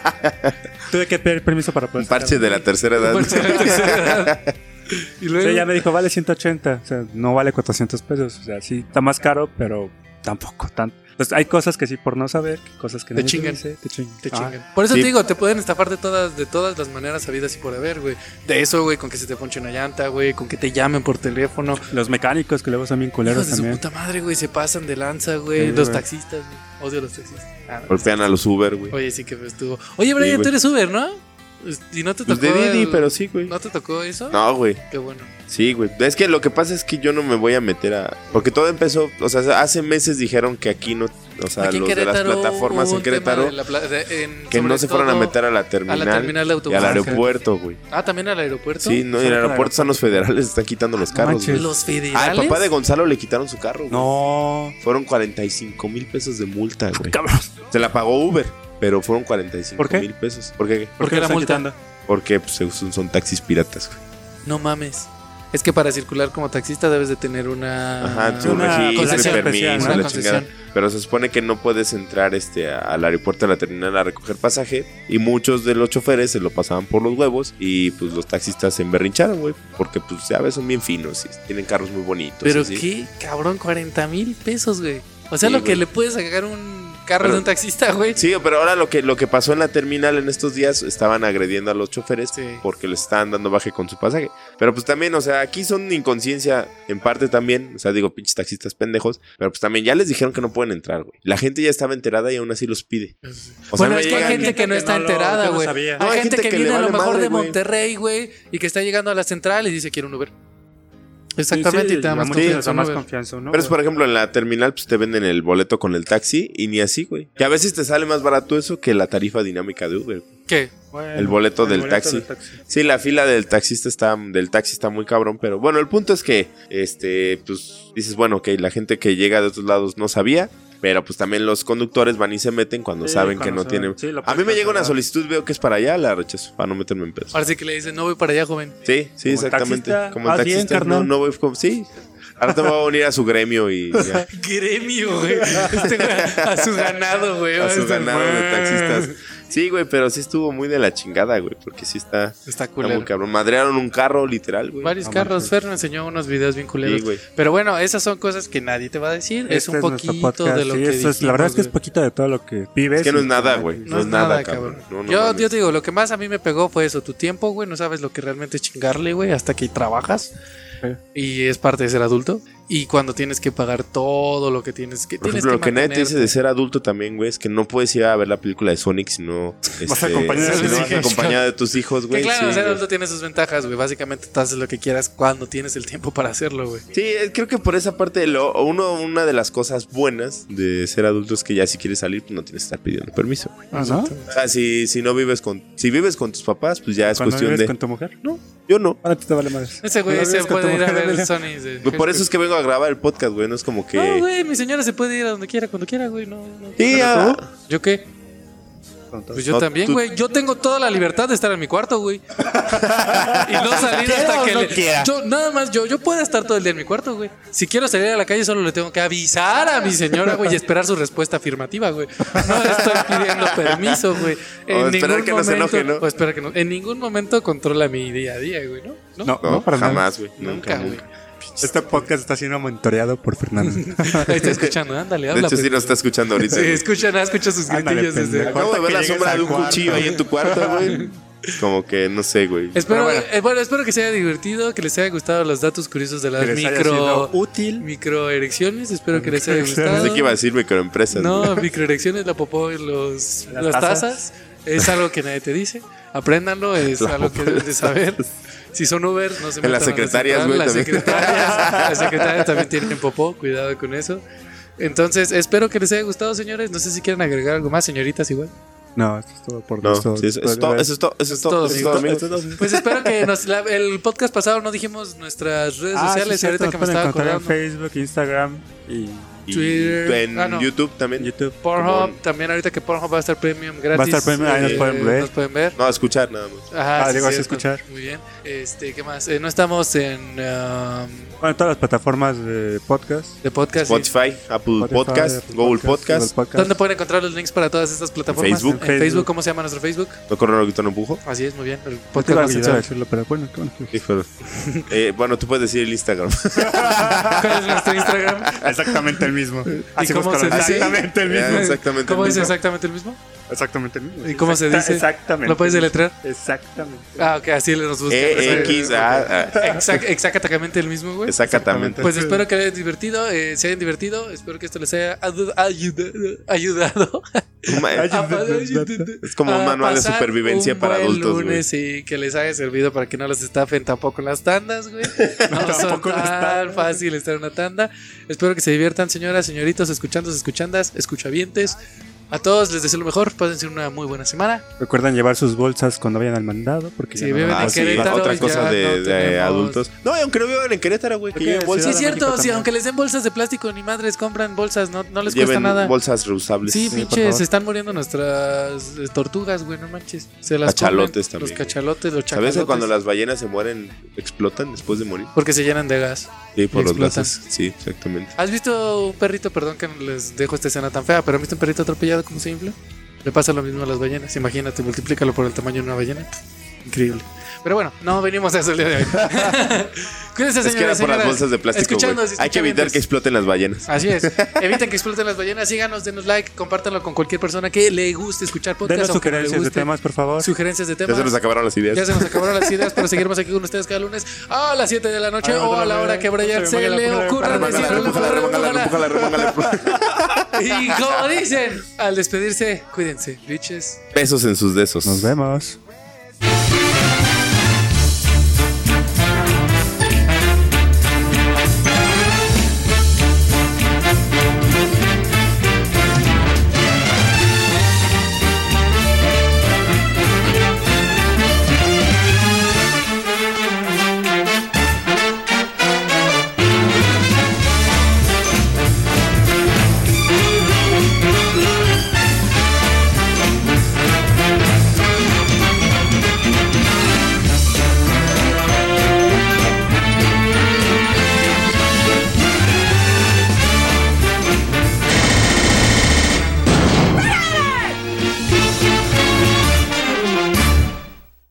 Tuve que pedir permiso para poder Un parche de la tercera edad. Parche de la tercera edad. Y luego. Sí, ya me dijo, vale 180, o sea, no vale 400 pesos, o sea, sí, está más caro, pero tampoco tanto. Entonces, hay cosas que sí por no saber, cosas que Te no chingan. te chingan. Te Ah, chingan. Por eso Sí. te digo, te pueden estafar de todas las maneras habidas y por haber, güey. De eso, güey, con que se te ponche una llanta, güey, con que te llamen por teléfono. los mecánicos que luego son bien Hijos culeros de su también. puta madre, güey, se pasan de lanza, güey. Sí, Los güey. taxistas, güey. Odio a los taxistas. Ah, no. Golpean a los Uber, güey. Oye, sí que estuvo. Oye, Brian, güey. tú eres Uber, ¿no? ¿Y no te Pues tocó? de Didi, el- pero sí, güey. ¿No te tocó eso? No, güey. Qué bueno. Sí, güey. Es que lo que pasa es que yo no me voy a meter a... Porque todo empezó... O sea, hace meses dijeron que aquí no... O sea, Aquí en los de las Querétaro plataformas hubo en un tema Querétaro... de la Que no se fueron a todo meter a la terminal, terminal de y autobuses. al aeropuerto, güey. Ah, también al aeropuerto. Sí, no, y en el aeropuerto están los federales, están quitando los carros, manches. güey. Los Ah, federales. el papá de Gonzalo le quitaron su carro, güey. No, Fueron 45,000 pesos de multa, güey. cabrón. Se la pagó Uber, pero fueron 45 ¿Por qué? mil pesos. ¿Por qué? ¿Por qué lo la están multa? quitando? Porque pues, son taxis piratas, güey. No mames. Es que para circular como taxista debes de tener una... Ajá, tu Una registro y concesión permiso, especial, una la concesión. chingada. Pero se supone que no puedes entrar al aeropuerto de la terminal a recoger pasaje. Y muchos de los choferes se lo pasaban por los huevos. Y pues los taxistas se emberrincharon, güey. Porque pues ya ves, son bien finos y tienen carros muy bonitos. Pero así. qué cabrón, 40,000 pesos, güey. O sea, Sí, lo que güey. le puedes sacar un carro Pero- de un taxista, güey. Sí, pero ahora lo que pasó en la terminal en estos días, estaban agrediendo a los choferes Sí. porque les estaban dando baje con su pasaje. Pero pues también, o sea, aquí son inconsciencia en parte también. O sea, digo, pinches taxistas pendejos. Pero pues también ya les dijeron que no pueden entrar, güey. La gente ya estaba enterada y aún así los pide. O sea, Bueno, me es que hay llegan- gente que no está que no enterada, lo güey. sabía. No, Hay gente que le viene a lo vale mejor madre, de güey. Monterrey, güey, y que está llegando a la central y dice quiero un Uber. Exactamente, Sí, y te da más sí, confianza. más un Uber. confianza, ¿no? Pero es por ejemplo en la terminal pues te venden el boleto con el taxi y ni así, güey. Que a veces te sale más barato eso que la tarifa dinámica de Uber. ¿Qué? Bueno, el boleto del taxi. Sí, la fila del taxi está muy cabrón, pero bueno, el punto es que pues dices, bueno, ok, la gente que llega de otros lados no sabía, pero pues también los conductores van y se meten cuando Sí, saben que cuando no saben. tienen. Sí, lo A mí me puedes llega una cancelar. solicitud, veo que es para allá, la rechazo para no meterme en pedos. Ahora sí que le dicen, no voy para allá, joven. Sí, sí, Como exactamente. taxista, Como el vas bien, taxista, carnal. no voy como sí. Ahora te voy a unir a su gremio y ya. Gremio, güey. Güey, a su ganado, güey. A su Va estar- ganado de taxistas. Sí, güey, pero sí estuvo muy de la chingada, güey, porque sí está Está muy culero. cabrón. Madrearon un carro, literal, güey. Varios No carros. manches. Fer me enseñó unos videos bien culeros. Sí, güey. Pero bueno, esas son cosas que nadie te va a decir. Es Este un nuestro poquito podcast, de lo sí, que eso es, la verdad es que es dijimos, poquito de todo lo que vives. Es que no es y- nada, güey. güey. No es nada, cabrón. No, yo mames. te digo, lo que más a mí me pegó fue eso. Tu tiempo, güey. No sabes lo que realmente es chingarle, güey, hasta que trabajas. Sí. Y es parte de ser adulto. Y cuando tienes que pagar todo lo que tienes que... Por tienes ejemplo, lo que nadie te dice mantenerte. de ser adulto también, güey, es que no puedes ir a ver la película de Sonic si no Vas acompañado de si tus no vas hijos. acompañado de tus hijos, Que güey. claro, sí, ser güey. adulto tiene sus ventajas, güey. Básicamente tú haces lo que quieras cuando tienes el tiempo para hacerlo, güey. Sí, creo que por esa parte una de las cosas buenas de ser adulto es que ya si quieres salir pues no tienes que estar pidiendo permiso, güey. Ah, ¿no? O sea, si no vives si vives con tus papás, pues ya es Cuando cuestión vives de con tu mujer, no. Yo no. Ahora te vale madre. Ese güey Cuando se vives con puede tu ir a mujer, ver Amelia. Sony. Por eso es que vengo a grabar el podcast, güey. No es como que. No, güey, mi señora se puede ir a donde quiera, cuando quiera, güey. No. Sí, ¿Yo qué? Pues yo también, güey. Yo tengo toda la libertad de estar en mi cuarto, güey. Y no salir hasta que nada más yo puedo estar todo el día en mi cuarto, güey. Si quiero salir a la calle, solo le tengo que avisar a mi señora, güey, y esperar su respuesta afirmativa, güey. No estoy pidiendo permiso, güey. O esperar que no se enoje, ¿no? O esperar que no. En ningún momento controla mi día a día, güey, ¿no? No, para nada. Jamás, güey. Nunca, güey. Este podcast está siendo monitoreado por Fernando. Ahí está escuchando, ándale, De habla. hecho, sí nos está escuchando ahorita. Sí, güey. escucha sus Ándale, gritillos desde. pendejo. Acabo de ver la que sombra de llegues un al cuchillo ahí en tu cuarto, güey. Como que, no sé, güey. Espero, espero que se haya divertido, que les haya gustado los datos curiosos de las Que les haya sido útil. microerecciones. Espero que les haya Microerecciones. gustado. Pensé que iba a decir microempresas. No, güey. microerecciones, la popó y las Las tazas. Es algo que nadie te dice. Apréndanlo, es La algo que popó. debes de saber. Si son Uber, no se metan las a la secretarias, central. güey, también. Las secretarias también tienen popó, cuidado con eso. Entonces, espero que les haya gustado, señores. No sé si quieren agregar algo más, señoritas, igual. No, esto es todo por No, nuestro. sí, eso es todo. Eso es todo. Eso es todo. Eso es todo, amigos. Pues espero que el podcast pasado no dijimos nuestras redes sociales. Sí, Y ahorita que me pueden estaba encontrar acordando. en Facebook, Instagram y Y Twitter. en YouTube también. YouTube. Pornhub, también ahorita que Pornhub va a estar premium gratis. Va a estar premium, ahí nos pueden ver. Nos pueden ver. No, a escuchar nada más. Ajá, digo, así cierto. escuchar. Muy bien. ¿Qué más? No estamos en Bueno, todas las plataformas de podcast. de podcast. sí. Spotify, Apple Spotify, Podcast, Apple Google Podcast. ¿Dónde pueden encontrar los links para todas estas plataformas? Facebook. En Facebook. ¿Cómo se llama nuestro Facebook? No corro, no quito, no empujo. Así es, muy bien. El Te podcast iba a más olvidar sensual. decirlo, pero bueno, qué bueno. Híjole. Bueno, tú puedes decir el Instagram. ¿Cuál es nuestro Instagram? Exactamente el mismo. Así cómo se dice? Exactamente el mismo. Exactamente. ¿Cómo el dice mismo. exactamente el mismo? Exactamente el mismo. ¿Y cómo se dice? Exactamente. ¿Lo puedes deletrear? Exactamente. Ah, ok, así nos buscan. Exactamente el mismo, güey. Exactamente. Pues espero que les divertido, se hayan divertido. Espero que esto les haya ayudado. Es como un manual de supervivencia para adultos, güey. Lunes y que les haya servido para que no los estafen tampoco en las tandas, güey. No son tan fácil estar en una tanda. Espero que se diviertan, señoras, señoritos, escuchandas, escuchavientes. A todos les deseo lo mejor. Pásense una muy buena semana. Recuerden llevar sus bolsas cuando vayan al mandado. Porque Sí, ya no viven van a- en Sí, Querétaro otra ya cosa no de tenemos- adultos. No, y aunque no vivan en Querétaro, güey, que Ok, lleven Sí, bolsas. es Ciudad de cierto, México si también. aunque les den bolsas de plástico, ni madres compran bolsas, no les cuesta Lleven nada. bolsas reusables. Sí, por pinches, favor. se están muriendo nuestras tortugas, güey, no manches. Se las Cachalotes comen, también. Los cachalotes, los ¿Sabes chacalotes. que cuando las ballenas se mueren, explotan después de morir? Porque se llenan de gas. Sí, por Y los explotan. gases. Sí, exactamente. ¿Has visto un perrito, perdón que les dejo esta escena tan fea, pero ¿has visto un perrito atropellado cómo se infla? Le pasa lo mismo a las ballenas. Imagínate, multiplícalo por el tamaño de una ballena. Increíble. Pero bueno, no venimos a eso el día de hoy. Cuídense, señores. Es que era por las bolsas de plástico, güey. Hay que evitar que exploten las ballenas. Así es. Eviten que exploten las ballenas. Síganos, denos like, compártanlo con cualquier persona que le guste escuchar podcast. Denos aunque no le sugerencias de guste. temas, por favor. Sugerencias de Ya temas. se nos acabaron las ideas. Ya se nos acabaron las ideas, pero seguiremos aquí con ustedes cada lunes a las 7 de la noche o a la hora que Brian se le ocurra decirlo. Y como dicen, al despedirse, cuídense, bitches. Besos en sus besos. Nos vemos.